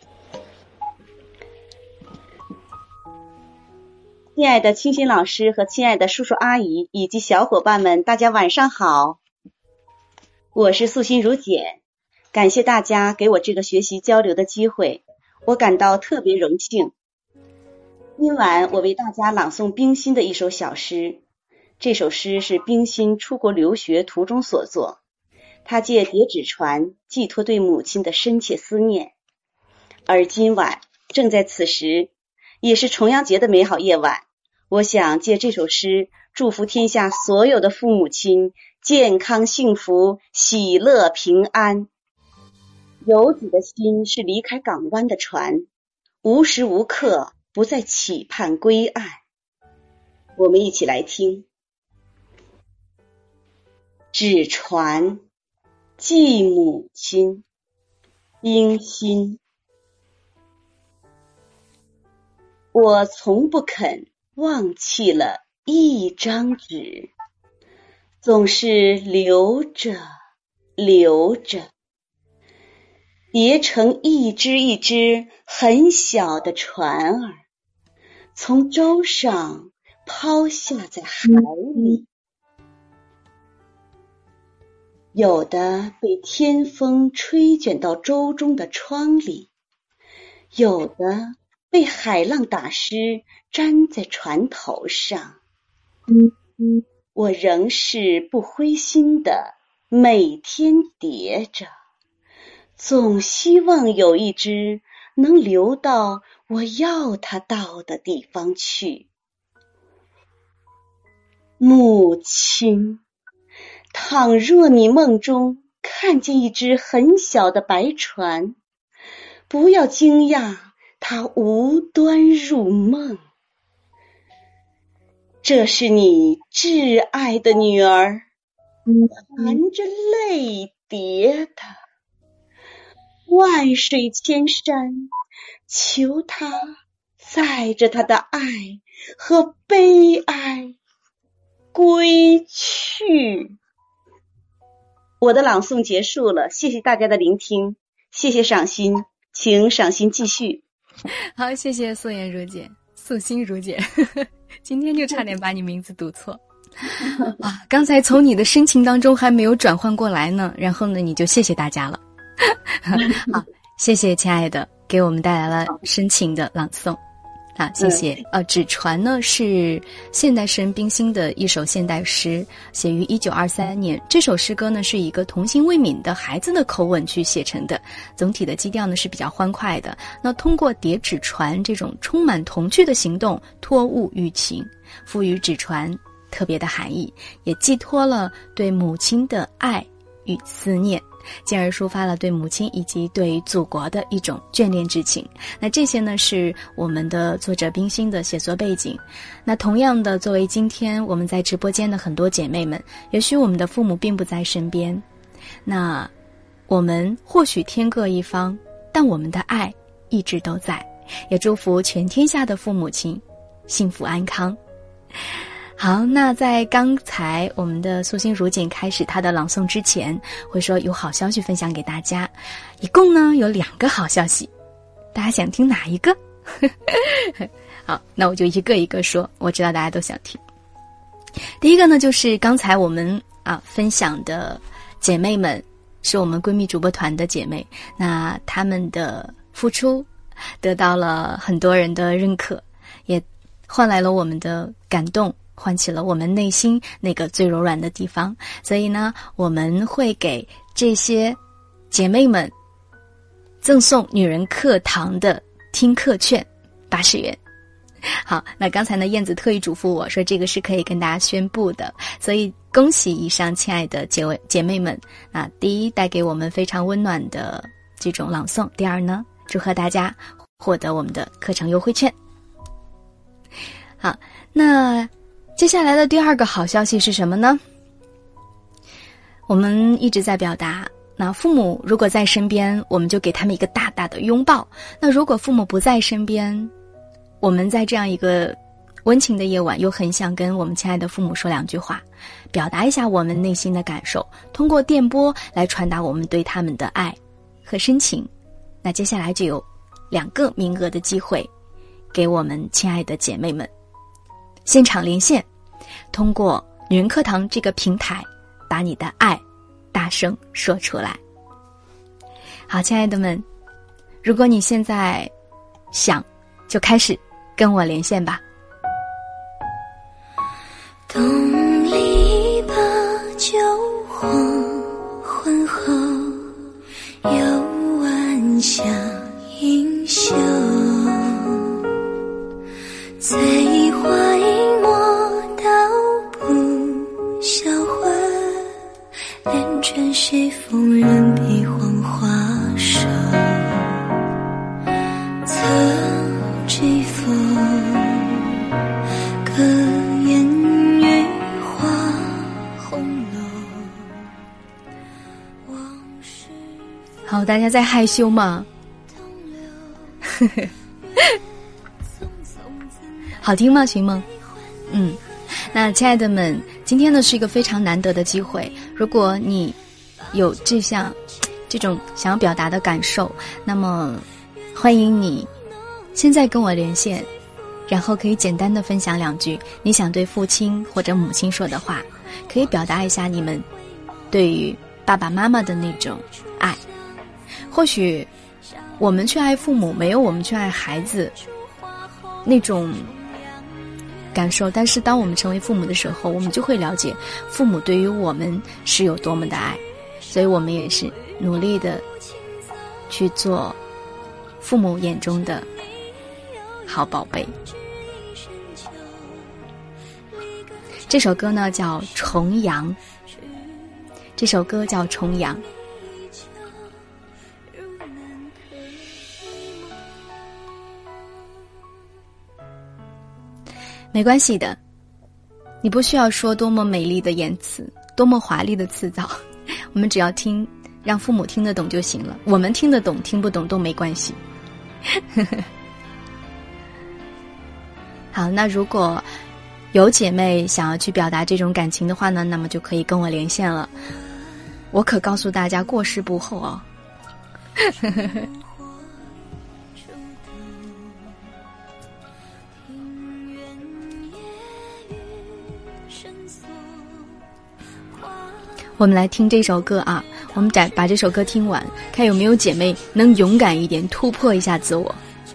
親愛的清新老師和親愛的叔叔阿姨以及小夥伴們，大家晚上好。我是素心如簡，感謝大家給我這個學習交流的機會，我感到特別榮幸。今晚我為大家朗誦冰心的一首小詩。這首詩是冰心出國留學途中所作，他借疊紙船寄託對母親的深切思念。而今晚正在此時，也是重陽節的美好夜晚，我想借這首詩祝福天下所有的父母親健康幸福、喜樂平安。游子的心是離開港灣的船，無時無刻不在期盼歸岸。我們一起來聽。只傳寄母親，冰心。我從不肯忘棄了一張紙，總是留着留着，疊成一隻一隻很小的船兒，從舟上拋下在海裡。有的被天風吹捲到舟中的窗裡，有的被海浪打濕粘在船頭上。我仍是不灰心的每天疊着，總希望有一隻能流到我要它到的地方去。母親，倘若你夢中看見一隻很小的白船，不要驚訝它無端入夢，這是你摯愛的女兒含着淚疊的。萬水千山，求她載着她的愛和悲哀歸去。我的朗誦結束了，謝謝大家的聆聽，謝謝賞心，請賞心繼續。 好，謝謝素顏如簡，素心如簡，今天就差點把你名字讀錯啊！剛才從你的深情當中還沒有轉換過來呢，然後呢，你就謝謝大家了。 好，谢谢亲爱的，给我们带来了深情的朗诵。啊，谢谢。嗯、呃，纸船呢是现代诗人冰心的一首现代诗，写于一九二三年。这首诗歌呢是以一个童心未泯的孩子的口吻去写成的，总体的基调呢是比较欢快的。那通过叠纸船这种充满童趣的行动，托物寓情，赋予纸船特别的含义，也寄托了对母亲的爱与思念，进而抒发了对母亲以及对祖国的一种眷恋之情。那这些呢是我们的作者冰心的写作背景。那同样的，作为今天我们在直播间的很多姐妹们，也许我们的父母并不在身边，那我们或许天各一方，但我们的爱一直都在，也祝福全天下的父母亲幸福安康。好，那在刚才我们的素心如锦开始她的朗诵之前，会说有好消息分享给大家，一共呢有两个好消息，大家想听哪一个？好，那我就一个一个说，我知道大家都想听。第一个呢，就是刚才我们啊分享的姐妹们，是我们闺蜜主播团的姐妹，那她们的付出得到了很多人的认可，也换来了我们的感动，唤起了我们内心那个最柔软的地方。所以呢，我们会给这些姐妹们赠送女人课堂的听课券八十元。好，那刚才呢，燕子特意嘱咐我说这个是可以跟大家宣布的，所以恭喜以上亲爱的姐妹姐妹们。那第一，带给我们非常温暖的这种朗诵；第二呢，祝贺大家获得我们的课程优惠券。好，那接下来的第二个好消息是什么呢？我们一直在表达，那父母如果在身边，我们就给他们一个大大的拥抱；那如果父母不在身边，我们在这样一个温情的夜晚，又很想跟我们亲爱的父母说两句话，表达一下我们内心的感受，通过电波来传达我们对他们的爱和深情。那接下来就有两个名额的机会，给我们亲爱的姐妹们现场连线，通过女人课堂这个平台，把你的爱大声说出来。好，亲爱的们，如果你现在想，就开始跟我连线吧。 东篱把酒黄昏后，有晚霞映袖，醉花一抹道不销魂，连卷西风人比黄花瘦。曾几风隔烟雨花红楼，往事好，大家在害羞吗？好听吗？行吗？嗯，那亲爱的们，今天呢是一个非常难得的机会，如果你有这项这种想要表达的感受，那么欢迎你现在跟我连线，然后可以简单的分享两句你想对父亲或者母亲说的话，可以表达一下你们对于爸爸妈妈的那种爱。或许我们去爱父母没有我们去爱孩子那种感受，但是当我们成为父母的时候，我们就会了解父母对于我们是有多么的爱，所以我们也是努力的去做父母眼中的好宝贝。这首歌呢叫重阳，这首歌叫重阳。没关系的，你不需要说多么美丽的言辞，多么华丽的辞藻，我们只要听，让父母听得懂就行了，我们听得懂听不懂都没关系。好，那如果有姐妹想要去表达这种感情的话呢，那么就可以跟我连线了，我可告诉大家过时不候哦。我们来听这首歌啊， 我们把把这首歌听完，看有没有姐妹能勇敢一点，突破一下自我。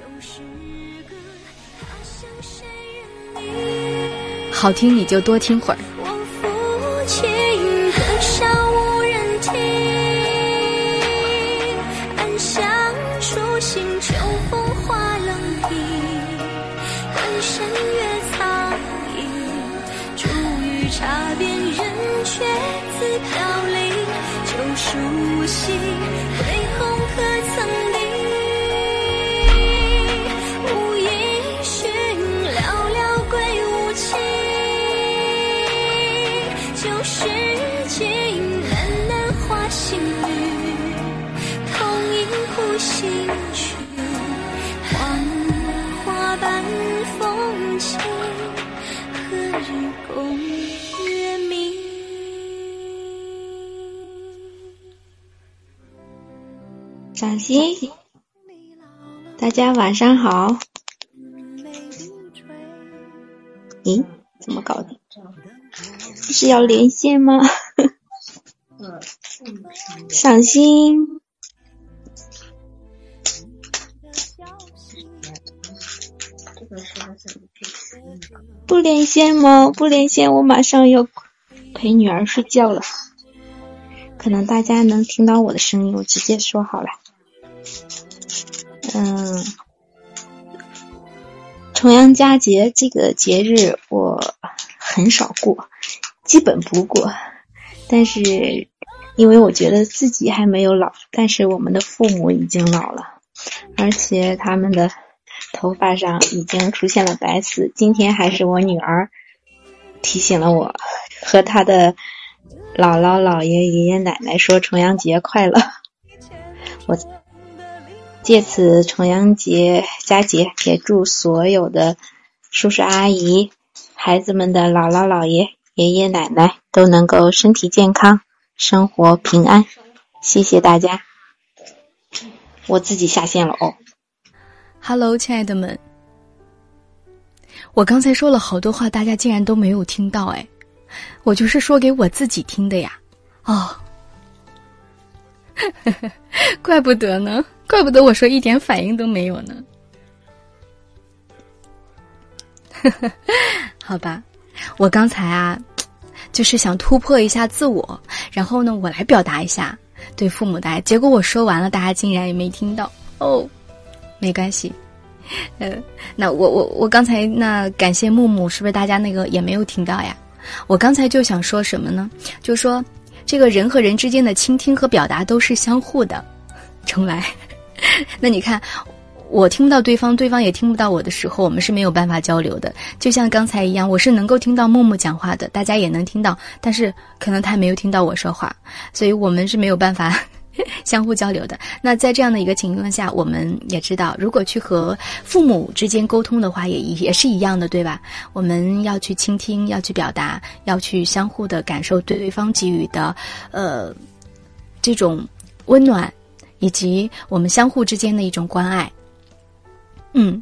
好听你就多听会儿。 茶边人却自飘零，旧熟悉归红可曾历，无音讯寥寥归无期，旧时情难难化心侣，同饮苦心曲，花木花瓣风情，何日共掌心，大家晚上好。咦，怎么搞的？是要连线吗？赏心，不连线吗？不连线，我马上要陪女儿睡觉了。可能大家能听到我的声音，我直接说好了。嗯，重阳佳节这个节日我很少过，基本不过。但是因为我觉得自己还没有老，但是我们的父母已经老了，而且他们的头发上已经出现了白丝。今天还是我女儿提醒了我和她的姥姥姥爷爷爷奶奶说重阳节快乐。我借此重阳节佳节也祝所有的叔叔阿姨孩子们的姥姥姥爷爷爷奶奶都能够身体健康，生活平安。谢谢大家，我自己下线了哦。 Hello 亲爱的们，我刚才说了好多话，大家竟然都没有听到。哎，我就是说给我自己听的呀。哦，怪不得呢，怪不得我说一点反应都没有呢。好吧，我刚才啊就是想突破一下自我，然后呢我来表达一下对父母的爱，结果我说完了大家竟然也没听到。哦，没关系。呃那我我我刚才那感谢木木，是不是大家那个也没有听到呀？我刚才就想说什么呢，就说这个人和人之间的倾听和表达都是相互的。重来。那你看我听不到对方，对方也听不到我的时候，我们是没有办法交流的。就像刚才一样，我是能够听到木木讲话的，大家也能听到，但是可能他没有听到我说话，所以我们是没有办法相互交流的。那在这样的一个情况下，我们也知道如果去和父母之间沟通的话也也是一样的，对吧？我们要去倾听，要去表达，要去相互的感受对对方给予的呃这种温暖，以及我们相互之间的一种关爱。嗯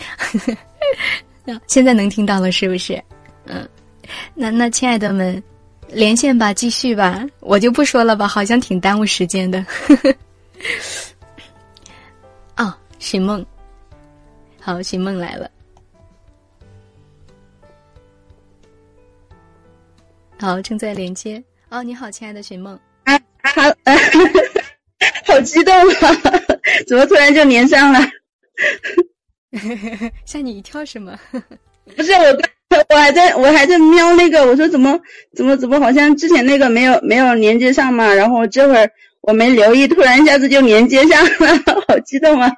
现在能听到了是不是？嗯，那那亲爱的们连线吧，继续吧，我就不说了吧，好像挺耽误时间的。哦，寻梦，好，寻梦来了。好，正在连接。哦，你好，亲爱的寻梦。 啊，好，呃、好激动啊！怎么突然就连上了？ 吓你一跳是吗？ 不是，我我还在我还在瞄那个，我说怎么怎么怎么好像之前那个没有没有连接上嘛，然后这会儿我没留意，突然一下子就连接上了，好激动啊！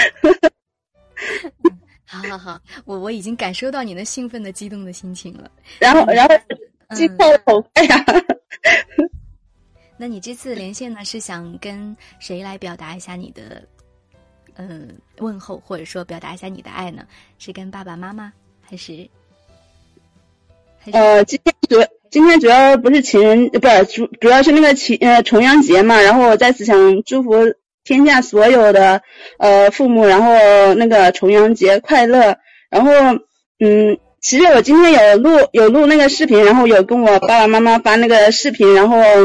好好好，我我已经感受到你那兴奋的激动的心情了。 然后然后激动的好快呀！ 那你这次连线呢，是想跟谁来表达一下你的嗯问候，或者说表达一下你的爱呢？是跟爸爸妈妈，还是？还是呃，今天主今天主要不是情人，不是主主要是那个情呃重阳节嘛，然后我在此想祝福天下所有的呃父母，然后那个重阳节快乐。然后嗯，其实我今天有录有录那个视频，然后有跟我爸爸妈妈发那个视频，然后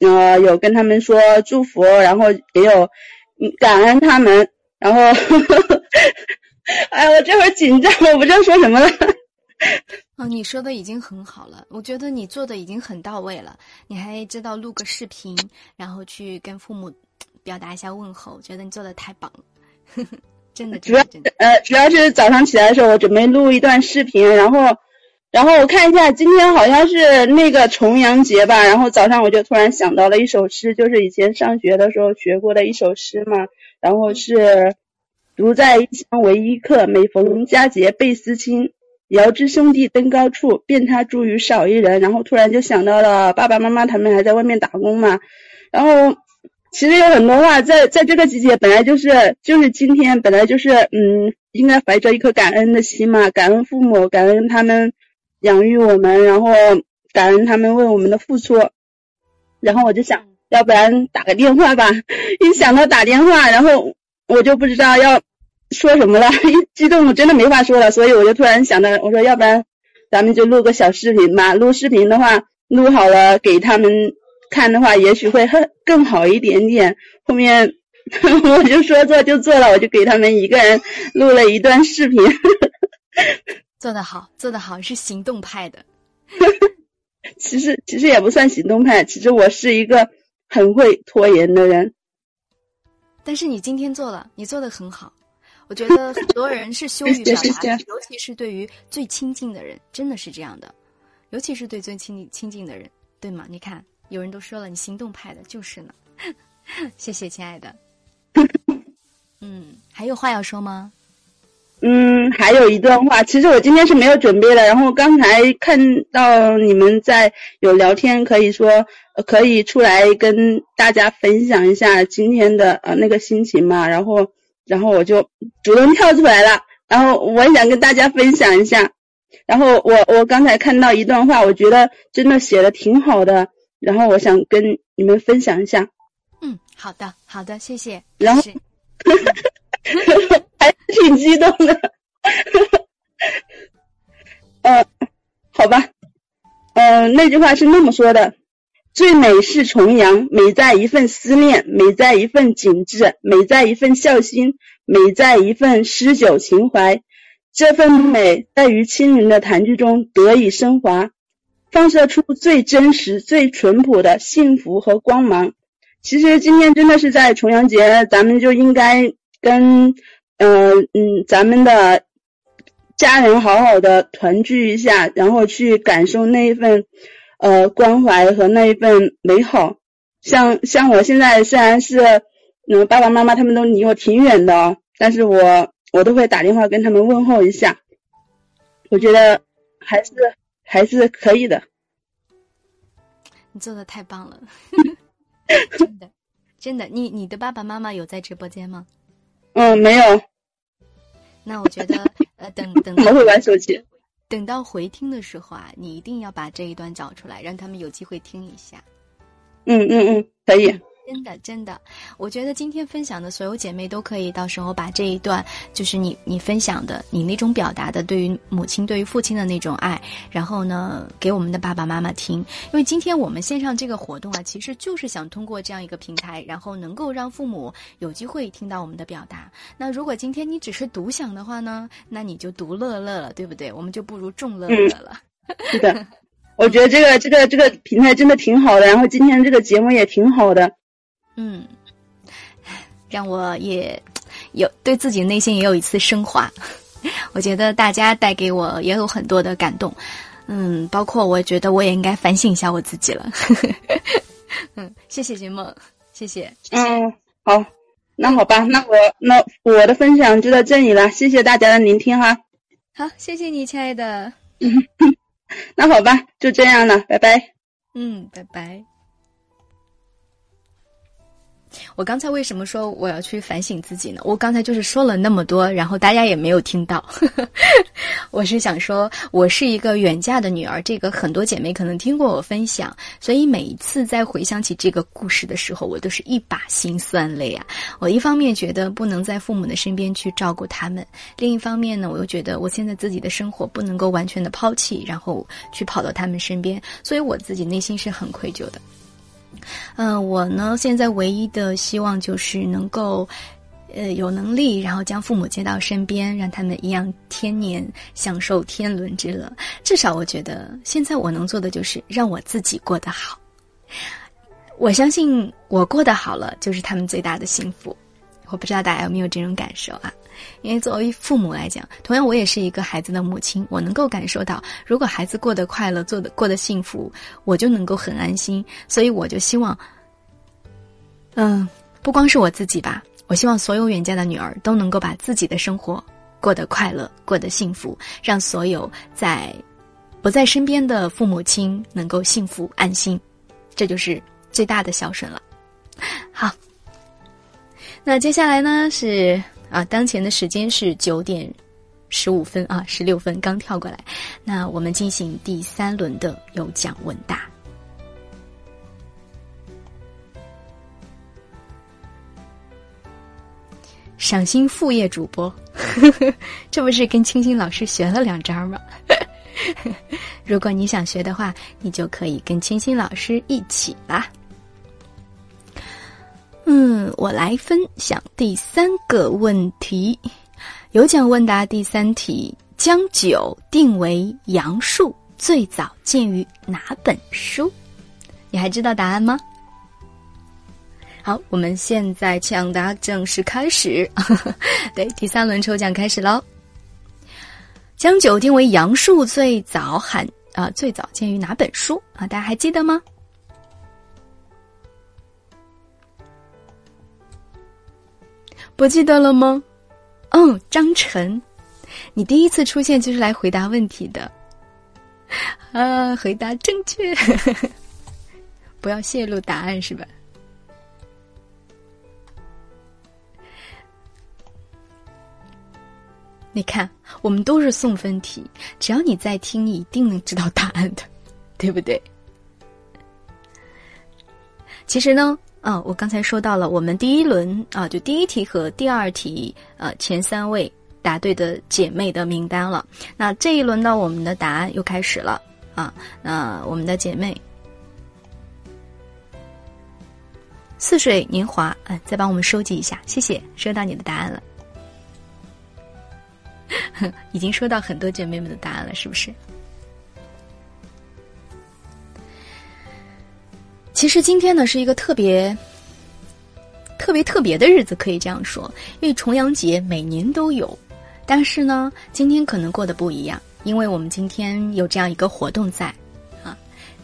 呃有跟他们说祝福，然后也有感恩他们，然后呵呵哎，我这会儿紧张，我不知道说什么了。 哦，你说的已经很好了，我觉得你做的已经很到位了。你还知道录个视频，然后去跟父母表达一下问候，我觉得你做的太棒了，呵呵，真的。 主要呃，主要是早上起来的时候，我准备录一段视频，然后，然后我看一下，今天好像是那个重阳节吧，然后早上我就突然想到了一首诗，就是以前上学的时候学过的一首诗嘛，然后是独在异乡为异客，每逢佳节倍思亲。遥知兄弟登高处，便他茱萸少一人。然后突然就想到了爸爸妈妈他们还在外面打工嘛，然后其实有很多话在在这个季节本来就是就是今天本来就是嗯应该怀着一颗感恩的心嘛，感恩父母，感恩他们养育我们，然后感恩他们为我们的付出。然后我就想要不然打个电话吧，一想到打电话，然后我就不知道要说什么了，一激动我真的没话说了，所以我就突然想到，我说要不然咱们就录个小视频吧，录视频的话录好了给他们看的话也许会更好一点点。后面我就说做就做了，我就给他们一个人录了一段视频。 做得好，做得好，是行动派的。 其实其实也不算行动派，其实我是一个很会拖延的人。 但是你今天做了，你做得很好。我觉得很多人是羞于表达的，尤其是对于最亲近的人，真的是这样的。尤其是对最亲亲近的人，对吗？你看，有人都说了，你行动派的，就是呢。谢谢，亲爱的。嗯，还有话要说吗？ 嗯，还有一段话，其实我今天是没有准备的，然后刚才看到你们在有聊天，可以说、呃、可以出来跟大家分享一下今天的呃那个心情嘛，然后然后我就主动跳出来了，然后我也想跟大家分享一下。然后我我刚才看到一段话，我觉得真的写的挺好的，然后我想跟你们分享一下。 嗯，好的好的，谢谢。 然后还挺激动的。呃好吧，呃那句话是那么说的：最美是重阳，美在一份思念，美在一份景致，美在一份孝心，美在一份诗酒情怀。这份美在于亲人的团聚中得以升华，放射出最真实最淳朴的幸福和光芒。其实今天真的是在重阳节，咱们就应该跟呃嗯咱们的家人好好的团聚一下，然后去感受那一份呃关怀和那一份美好。像像我现在虽然是嗯爸爸妈妈他们都离我挺远的，但是我我都会打电话跟他们问候一下，我觉得还是还是可以的。 你做的太棒了。真的真的，你你的爸爸妈妈有在直播间吗？ 嗯，没有。 那我觉得呃等等我会玩手机。 等到回听的时候啊，你一定要把这一段找出来，让他们有机会听一下。 嗯嗯嗯，可以。 真的真的，我觉得今天分享的所有姐妹都可以到时候把这一段，就是你你分享的你那种表达的对于母亲对于父亲的那种爱，然后呢给我们的爸爸妈妈听。因为今天我们线上这个活动啊，其实就是想通过这样一个平台，然后能够让父母有机会听到我们的表达。那如果今天你只是独享的话呢，那你就独乐乐了，对不对？我们就不如众乐乐了。 嗯、是的，我觉得这个这个这个平台真的挺好的，然后今天这个节目也挺好的。 嗯，让我也有对自己内心也有一次升华。我觉得大家带给我也有很多的感动，嗯，包括我觉得我也应该反省一下我自己了。嗯，谢谢金梦，谢谢。 嗯，好，那好吧，那我那我的分享就到这里了，谢谢大家的聆听哈。 好，谢谢你，亲爱的。 那好吧，就这样了，拜拜。 嗯，拜拜。我刚才为什么说我要去反省自己呢？我刚才就是说了那么多，然后大家也没有听到。我是想说，我是一个远嫁的女儿，这个很多姐妹可能听过我分享，所以每一次在回想起这个故事的时候，我都是一把辛酸泪啊。我一方面觉得不能在父母的身边去照顾他们，另一方面呢，我又觉得我现在自己的生活不能够完全的抛弃，然后去跑到他们身边，所以我自己内心是很愧疚的。 嗯、呃，我呢现在唯一的希望就是能够呃有能力，然后将父母接到身边，让他们一样天年享受天伦之乐。至少我觉得现在我能做的就是让我自己过得好。我相信我过得好了，就是他们最大的幸福。我不知道大家有没有这种感受啊？因为作为父母来讲，同样我也是一个孩子的母亲，我能够感受到，如果孩子过得快乐，做得过得幸福，我就能够很安心。所以我就希望，嗯，不光是我自己吧，我希望所有远嫁的女儿都能够把自己的生活过得快乐，过得幸福，让所有在不在身边的父母亲能够幸福安心，这就是最大的孝顺了。好。那接下来呢是啊，当前的时间是九点十五分啊，十六分刚跳过来。那我们进行第三轮的有奖问答。赏心副业主播，呵呵，这不是跟清新老师学了两招吗？如果你想学的话，你就可以跟清新老师一起啦。嗯，我来分享第三个问题，有奖问答第三题：将九定为阳数，最早见于哪本书？你还知道答案吗？好，我们现在抢答正式开始。对，第三轮抽奖开始喽。将九定为阳数，最早喊啊、呃，最早见于哪本书啊？大家还记得吗？不记得了吗？哦，张晨，你第一次出现就是来回答问题的，啊，回答正确，不要泄露答案是吧？你看，我们都是送分题，只要你在听，你一定能知道答案的，对不对？其实呢，啊，我刚才说到了，我们第一轮啊，就第一题和第二题，呃，前三位答对的姐妹的名单了。那这一轮呢，我们的答案又开始了啊。那我们的姐妹似水年华，嗯、呃，再帮我们收集一下，谢谢，收到你的答案了。已经收到很多姐妹们的答案了，是不是？其实今天呢是一个特别特别特别的日子，可以这样说，因为重阳节每年都有，但是呢今天可能过得不一样，因为我们今天有这样一个活动在啊。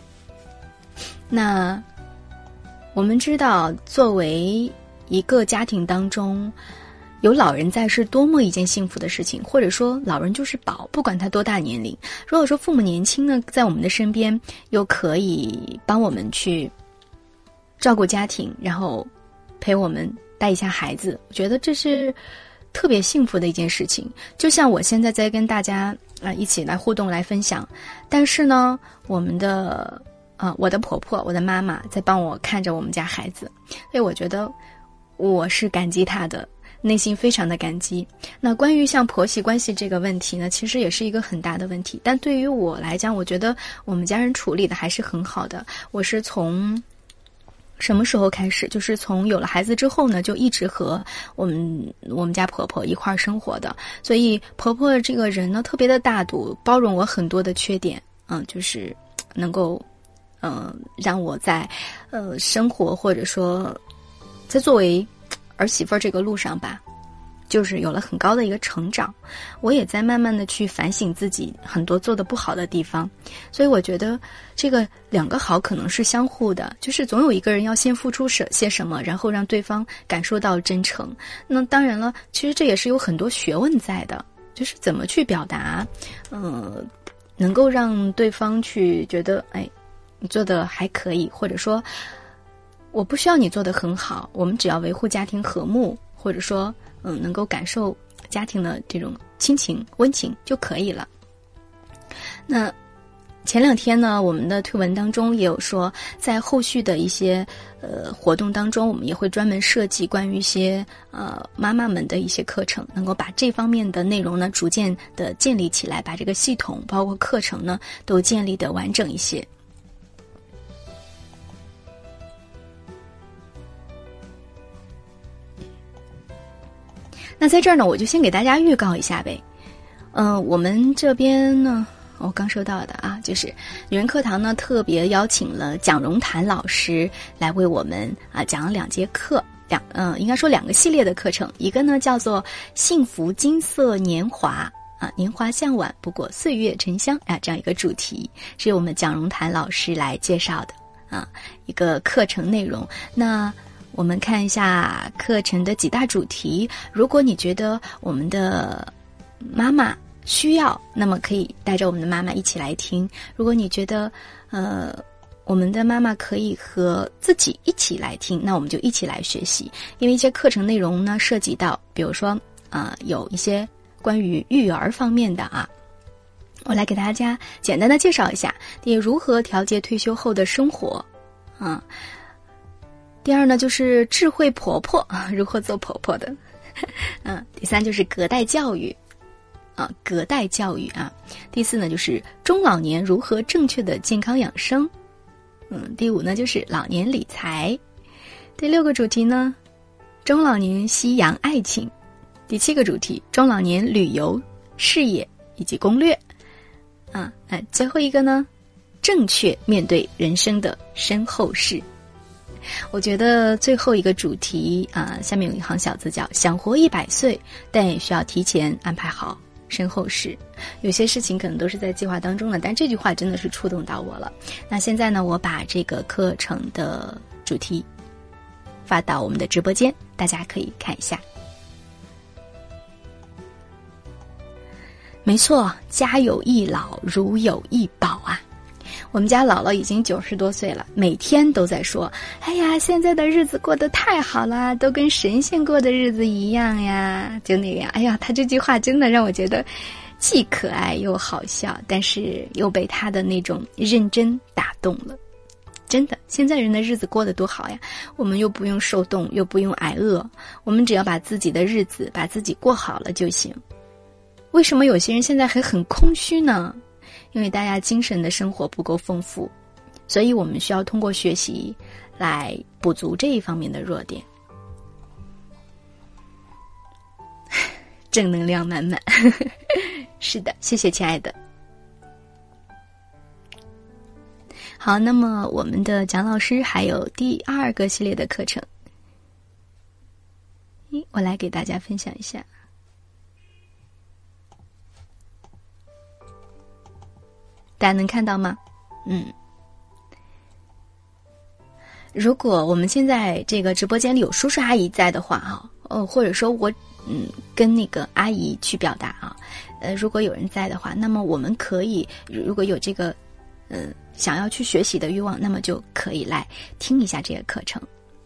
那我们知道，作为一个家庭当中有老人在是多么一件幸福的事情，或者说老人就是宝，不管他多大年龄。如果说父母年轻呢，在我们的身边又可以帮我们去照顾家庭，然后陪我们带一下孩子，我觉得这是特别幸福的一件事情。就像我现在在跟大家啊、呃、一起来互动来分享，但是呢我们的啊、呃、我的婆婆我的妈妈在帮我看着我们家孩子，所以我觉得我是感激她的，内心非常的感激。那关于像婆媳关系这个问题呢，其实也是一个很大的问题，但对于我来讲，我觉得我们家人处理的还是很好的。我是从什么时候开始，就是从有了孩子之后呢，就一直和我们我们家婆婆一块儿生活的，所以婆婆这个人呢特别的大度，包容我很多的缺点，嗯，就是能够嗯、呃、让我在呃生活或者说在作为儿媳妇儿这个路上吧，就是有了很高的一个成长。我也在慢慢的去反省自己很多做的不好的地方，所以我觉得这个两个好可能是相互的，就是总有一个人要先付出些什么，然后让对方感受到真诚。那当然了，其实这也是有很多学问在的，就是怎么去表达，呃，能够让对方去觉得，哎，你做的还可以，或者说我不需要你做得很好，我们只要维护家庭和睦，或者说嗯，能够感受家庭的这种亲情温情就可以了。那前两天呢，我们的推文当中也有说，在后续的一些呃活动当中，我们也会专门设计关于一些呃妈妈们的一些课程，能够把这方面的内容呢逐渐的建立起来，把这个系统包括课程呢都建立的完整一些。 那在这儿呢，我就先给大家预告一下呗。嗯、呃，我们这边呢，我刚收到的啊，就是女人课堂呢特别邀请了蒋荣谭老师来为我们啊讲了两节课，两嗯、呃，应该说两个系列的课程，一个呢叫做幸福金色年华啊，年华向晚，不过岁月沉香啊，这样一个主题是由我们蒋荣谭老师来介绍的啊一个课程内容。那我们看一下课程的几大主题，如果你觉得我们的妈妈需要，那么可以带着我们的妈妈一起来听。如果你觉得呃我们的妈妈可以和自己一起来听，那我们就一起来学习。因为一些课程内容呢涉及到比如说呃有一些关于育儿方面的啊，我来给大家简单的介绍一下。第一，如何调节退休后的生活啊。第二呢，就是智慧婆婆啊，如何做婆婆的。嗯，第三就是隔代教育啊，隔代教育啊。第四呢，就是中老年如何正确的健康养生。嗯，第五呢，就是老年理财。第六个主题呢，中老年夕阳爱情。第七个主题，中老年旅游、事业以及攻略。啊，哎，最后一个呢，正确面对人生的身后事。我觉得最后一个主题啊，下面有一行小字叫想活一百岁，但也需要提前安排好身后事。有些事情可能都是在计划当中的，但这句话真的是触动到我了。那现在呢，我把这个课程的主题发到我们的直播间，大家可以看一下。没错，家有一老如有一宝啊。我们家姥姥已经九十多岁了，每天都在说：“哎呀，现在的日子过得太好了，都跟神仙过的日子一样呀。”就那个样。哎呀，她这句话真的让我觉得既可爱又好笑，但是又被她的那种认真打动了。真的，现在人的日子过得多好呀！我们又不用受冻，又不用挨饿，我们只要把自己的日子把自己过好了就行。为什么有些人现在还很空虚呢？因为大家精神的生活不够丰富，所以我们需要通过学习来补足这一方面的弱点。正能量满满。是的，谢谢亲爱的。好，那么我们的蒋老师还有第二个系列的课程，咦，我来给大家分享一下。大家能看到吗？嗯，如果我们现在这个直播间里有叔叔阿姨在的话啊，哦，或者说我嗯跟那个阿姨去表达啊，呃，如果有人在的话，那么我们可以如果有这个呃想要去学习的欲望，那么就可以来听一下这个课程。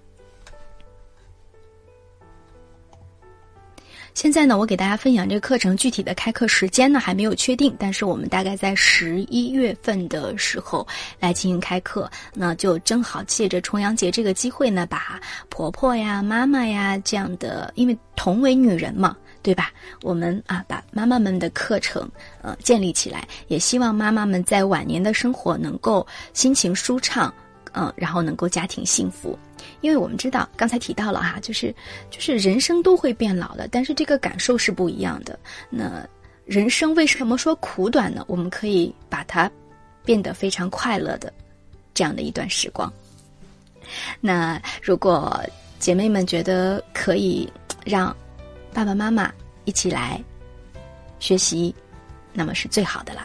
现在呢，我给大家分享这个课程具体的开课时间呢还没有确定，但是我们大概在十一月份的时候来进行开课，那就正好借着重阳节这个机会呢，把婆婆呀、妈妈呀这样的，因为同为女人嘛，对吧？我们啊把妈妈们的课程呃建立起来，也希望妈妈们在晚年的生活能够心情舒畅，嗯、呃，然后能够家庭幸福。因为我们知道刚才提到了哈，就是就是人生都会变老的，但是这个感受是不一样的。那人生为什么说苦短呢？我们可以把它变得非常快乐的这样的一段时光。那如果姐妹们觉得可以让爸爸妈妈一起来学习，那么是最好的了。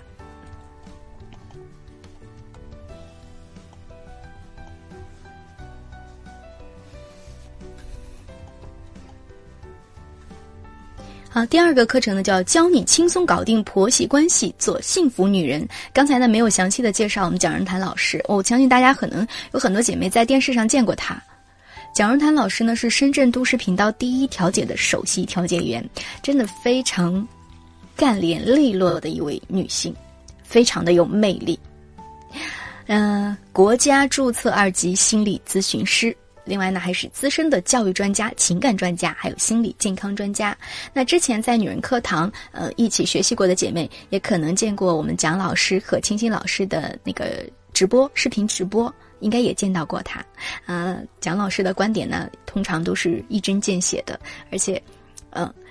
好，第二个课程呢叫教你轻松搞定婆媳关系，做幸福女人。刚才呢没有详细的介绍我们蒋仁谭老师，我相信大家可能有很多姐妹在电视上见过他。蒋仁谭老师呢是深圳都市频道第一调解的首席调解员，真的非常干练利落的一位女性，非常的有魅力。呃，国家注册二级心理咨询师。另外呢，还是资深的教育专家、情感专家，还有心理健康专家。那之前在女人课堂呃一起学习过的姐妹，也可能见过我们蒋老师和清新老师的那个直播视频直播，应该也见到过他。呃，蒋老师的观点呢，通常都是一针见血的，而且，呃，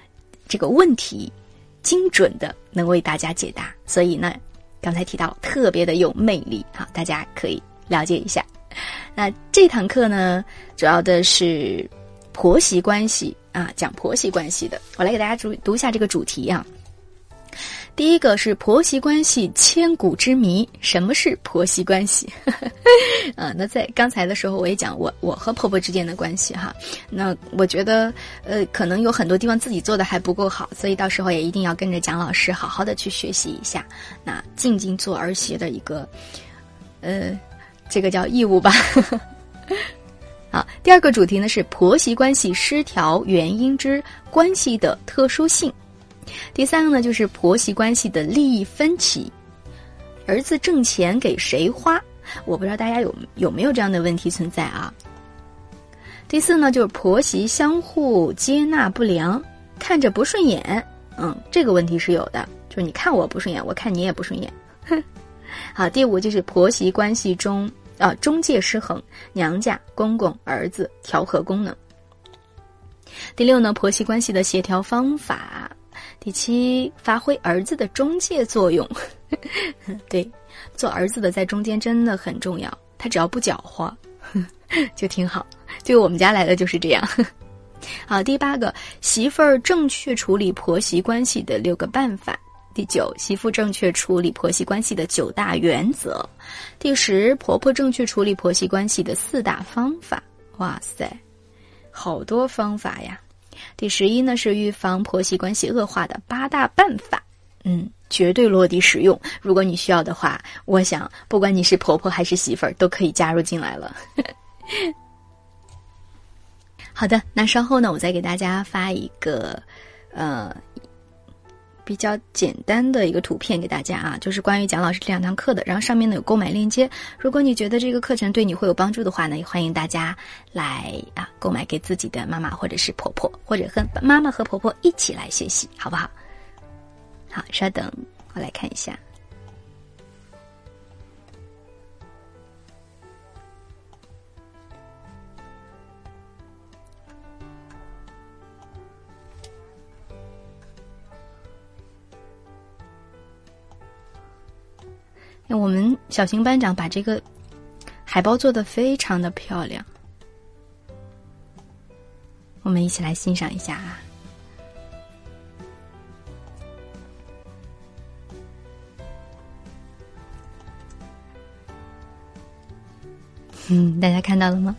这个问题精准的能为大家解答，所以呢刚才提到特别的有魅力，好，大家可以了解一下。那这堂课呢主要的是婆媳关系啊，讲婆媳关系的。我来给大家读读一下这个主题啊。第一个是婆媳关系千古之谜，什么是婆媳关系？啊，那在刚才的时候我也讲我我和婆婆之间的关系哈。那我觉得呃可能有很多地方自己做的还不够好，所以到时候也一定要跟着蒋老师好好的去学习一下。那静静做儿媳的一个呃这个叫义务吧。好，第二个主题呢是婆媳关系失调原因之关系的特殊性。第三个呢就是婆媳关系的利益分歧，儿子挣钱给谁花？我不知道大家有有没有这样的问题存在啊。第四呢就是婆媳相互接纳不良，看着不顺眼，嗯，这个问题是有的，就是你看我不顺眼，我看你也不顺眼。好，第五就是婆媳关系中啊中介失衡，娘家、公公、儿子调和功能。第六呢婆媳关系的协调方法。第七，发挥儿子的中介作用。对，做儿子的在中间真的很重要，他只要不搅和就挺好。对我们家来的就是这样。好，第八个，媳妇儿正确处理婆媳关系的六个办法。第九，媳妇正确处理婆媳关系的九大原则。第十，婆婆正确处理婆媳关系的四大方法。哇塞，好多方法呀。第十一呢是预防婆媳关系恶化的八大办法，嗯，绝对落地使用。如果你需要的话，我想不管你是婆婆还是媳妇儿，都可以加入进来了。好的，那稍后呢，我再给大家发一个呃比较简单的一个图片给大家啊，就是关于蒋老师这两堂课的，然后上面呢有购买链接。如果你觉得这个课程对你会有帮助的话呢，也欢迎大家来啊购买给自己的妈妈或者是婆婆，或者和妈妈和婆婆一起来学习，好不好？好，稍等，我来看一下。那我们小邢班长把这个海报做得非常的漂亮，我们一起来欣赏一下啊。嗯，大家看到了吗？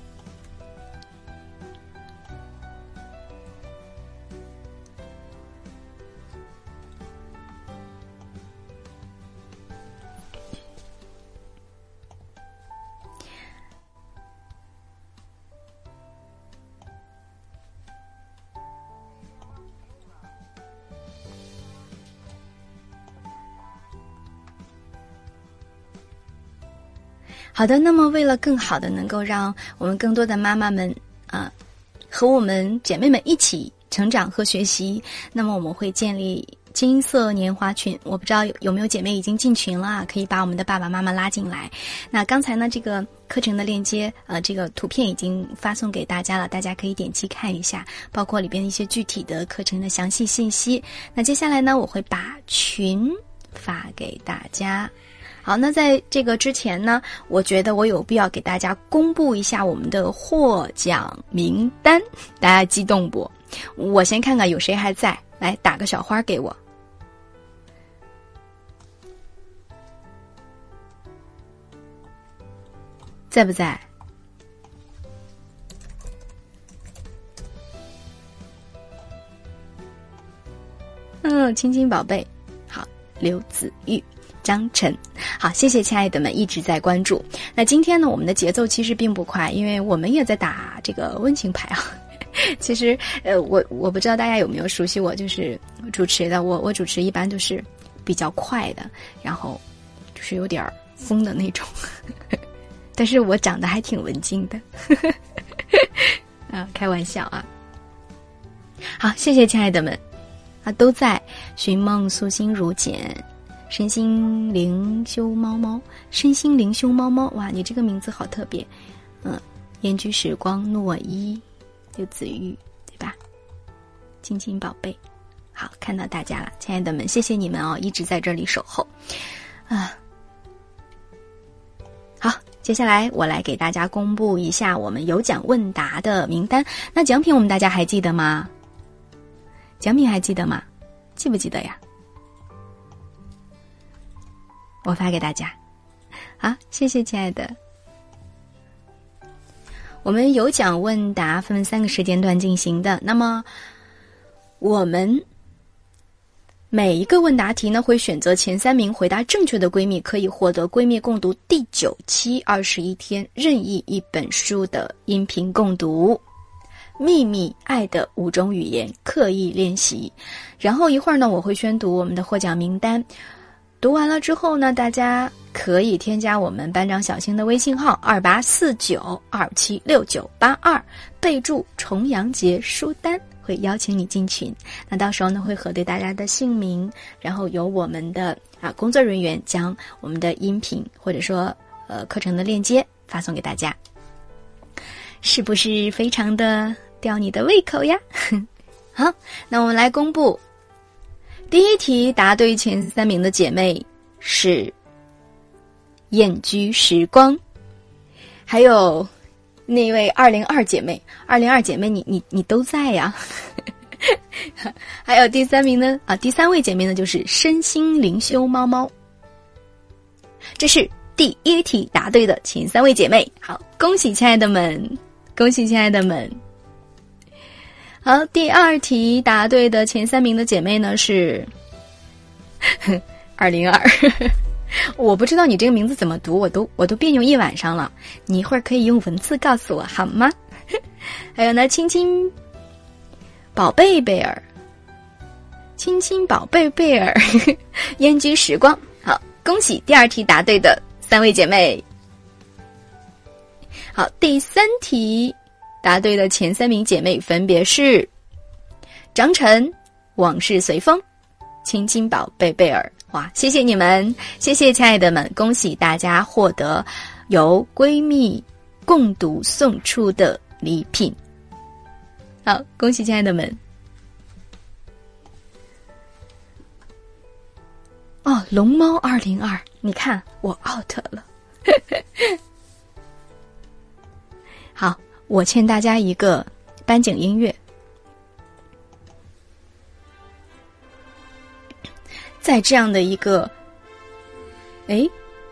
好的，那么为了更好的能够让我们更多的妈妈们啊、呃、和我们姐妹们一起成长和学习，那么我们会建立金色年华群。我不知道有有没有姐妹已经进群了，可以把我们的爸爸妈妈拉进来。那刚才呢这个课程的链接呃这个图片已经发送给大家了，大家可以点击看一下，包括里边一些具体的课程的详细信息。那接下来呢我会把群发给大家。好，那在这个之前呢，我觉得我有必要给大家公布一下我们的获奖名单，大家激动不？我先看看有谁还在，来打个小花给我。在不在？嗯，亲亲宝贝，好，刘子玉。张晨，好，谢谢亲爱的们一直在关注。那今天呢，我们的节奏其实并不快，因为我们也在打这个温情牌啊。其实，呃，我我不知道大家有没有熟悉我，就是主持的，我我主持一般都是比较快的，然后就是有点疯的那种。但是我长得还挺文静的，啊，开玩笑啊。好，谢谢亲爱的们，啊，都在寻梦素心如简。身心灵修猫猫，身心灵修猫猫，哇，你这个名字好特别。嗯，烟居时光诺一，刘子玉，对吧？亲亲宝贝， 好，看到大家了，亲爱的们，谢谢你们哦，一直在这里守候啊。好，接下来我来给大家公布一下我们有奖问答的名单。那奖品我们大家还记得吗？奖品还记得吗？记不记得呀？我发给大家。好，谢谢亲爱的。我们有奖问答分三个时间段进行的，那么我们每一个问答题呢，会选择前三名回答正确的闺蜜，可以获得闺蜜共读第九期二十一天任意一本书的音频共读，秘密爱的五种语言刻意练习。然后一会儿呢，我会宣读我们的获奖名单。读完了之后呢，大家可以添加我们班长小新的微信号二八四九二七六九八二，备注重阳节书单，会邀请你进群。那到时候呢，会核对大家的姓名，然后由我们的啊工作人员将我们的音频或者说呃课程的链接发送给大家。是不是非常的吊你的胃口呀？好，那我们来公布第一题，答对前三名的姐妹是燕居时光，还有那位二零二姐妹，二零二姐妹你你你都在呀。还有第三名呢啊，第三位姐妹呢就是身心灵修猫猫。这是第一题答对的前三位姐妹，好，恭喜亲爱的们，恭喜亲爱的们。好，第二题答对的前三名的姐妹呢是二零二。我不知道你这个名字怎么读，我都我都别扭一晚上了，你一会儿可以用文字告诉我好吗？还有呢，亲亲宝贝贝尔，亲亲宝贝贝尔，燕居时光。好，恭喜第二题答对的三位姐妹。好，第三题答对的前三名姐妹分别是张晨、往事随风、亲亲宝贝贝尔。哇，谢谢你们，谢谢亲爱的们，恭喜大家获得由闺蜜共读送出的礼品。好，恭喜亲爱的们。哦，龙猫二零二，你看我 out 了。好，我欠大家一个背景音乐。在这样的一个，诶，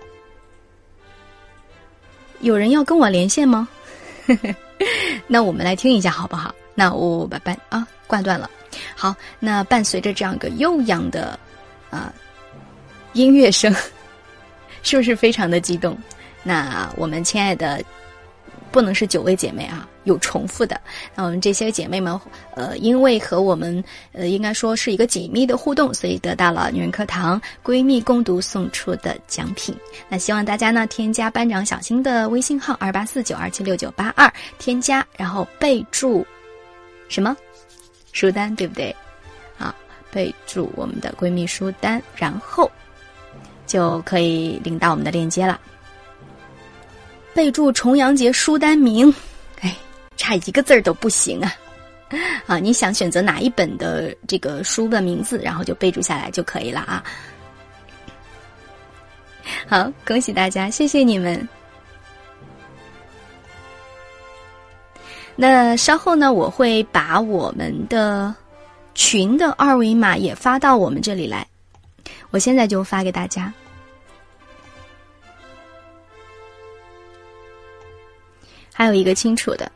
有人要跟我连线吗？那我们来听一下好不好？那我把伴啊挂断了。好，那伴随着这样一个悠扬的啊音乐声，是不是非常的激动？那我们亲爱的，不能是九位姐妹啊，有重复的。那我们这些姐妹们，呃，因为和我们呃应该说是一个紧密的互动，所以得到了女人课堂闺蜜共读送出的奖品。那希望大家呢添加班长小新的微信号二八四九二七六九八二，添加，然后备注什么书单，对不对？好，备注我们的闺蜜书单，然后就可以领到我们的链接了。备注重阳节书单名，哎，差一个字儿都不行啊！啊，你想选择哪一本的这个书的名字，然后就备注下来就可以了啊。好，恭喜大家，谢谢你们。那稍后呢，我会把我们的群的二维码也发到我们这里来，我现在就发给大家。还有一个清楚的，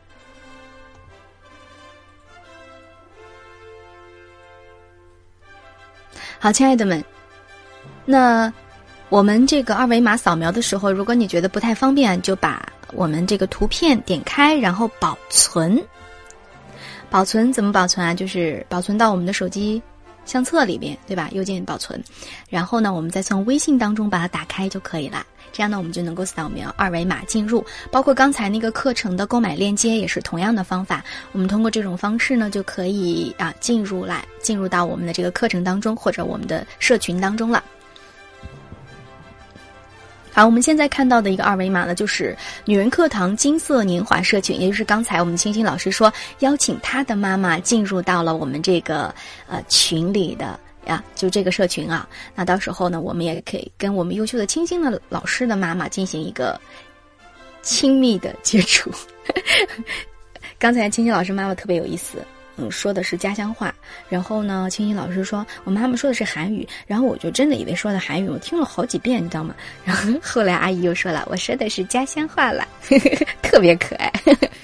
好，亲爱的们，那我们这个二维码扫描的时候，如果你觉得不太方便，就把我们这个图片点开，然后保存。保存怎么保存啊？就是保存到我们的手机相册里边，对吧？右键保存，然后呢，我们再从微信当中把它打开就可以了。这样呢，我们就能够扫描二维码进入，包括刚才那个课程的购买链接也是同样的方法。我们通过这种方式呢，就可以啊进入来，进入到我们的这个课程当中，或者我们的社群当中了。 好，我们现在看到的一个二维码呢，就是女人课堂金色年华社群，也就是刚才我们青青老师说邀请她的妈妈进入到了我们这个呃群里的呀，就这个社群啊。那到时候呢，我们也可以跟我们优秀的青青的老师的妈妈进行一个亲密的接触。刚才青青老师妈妈特别有意思。嗯，说的是家乡话，然后呢，青青老师说我妈妈说的是韩语，然后我就真的以为说的韩语，我听了好几遍，你知道吗？然后后来阿姨又说了，我说的是家乡话了，特别可爱。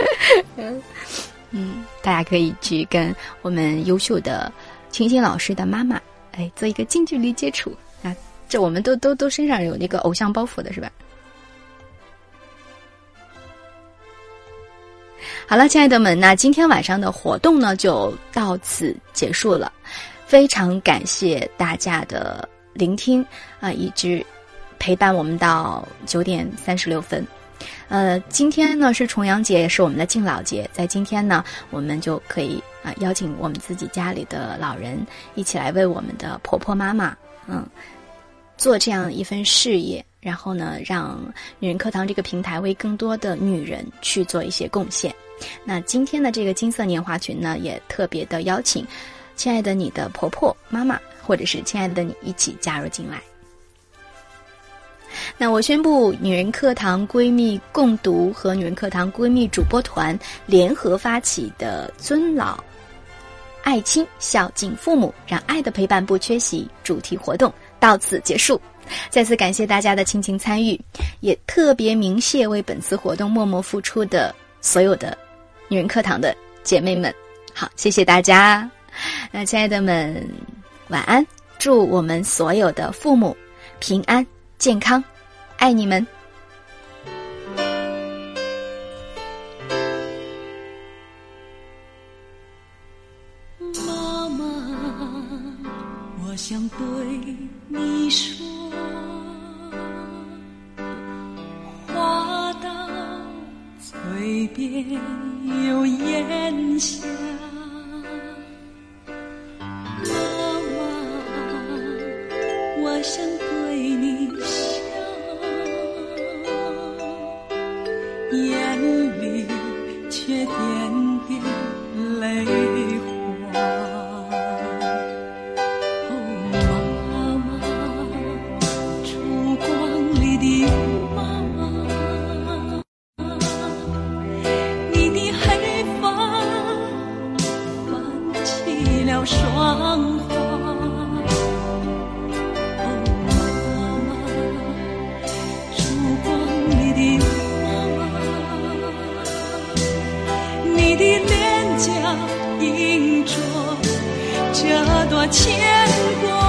嗯，大家可以去跟我们优秀的青青老师的妈妈，哎，做一个近距离接触啊，这我们都都都身上有那个偶像包袱的是吧？好了，亲爱的们，那今天晚上的活动呢就到此结束了。非常感谢大家的聆听啊、呃，一直陪伴我们到九点三十六分。呃，今天呢是重阳节，也是我们的敬老节，在今天呢，我们就可以啊、呃、邀请我们自己家里的老人一起来为我们的婆婆妈妈，嗯，做这样一份事业。然后呢，让女人课堂这个平台为更多的女人去做一些贡献。那今天的这个金色年华群呢，也特别的邀请亲爱的你的婆婆妈妈，或者是亲爱的你一起加入进来。那我宣布，女人课堂闺蜜共读和女人课堂闺蜜主播团联合发起的尊老爱亲孝敬父母，让爱的陪伴不缺席主题活动到此结束。再次感谢大家的倾情参与，也特别鸣谢为本次活动默默付出的所有的女人课堂的姐妹们。好，谢谢大家。那亲爱的们，晚安，祝我们所有的父母平安健康，爱你们。 妈妈，我想对你说，话到嘴边又咽下。妈妈，我想对你笑，眼里却点点泪花。霜花，哦，妈妈，烛光里的妈妈，你的脸颊映着这段牵挂。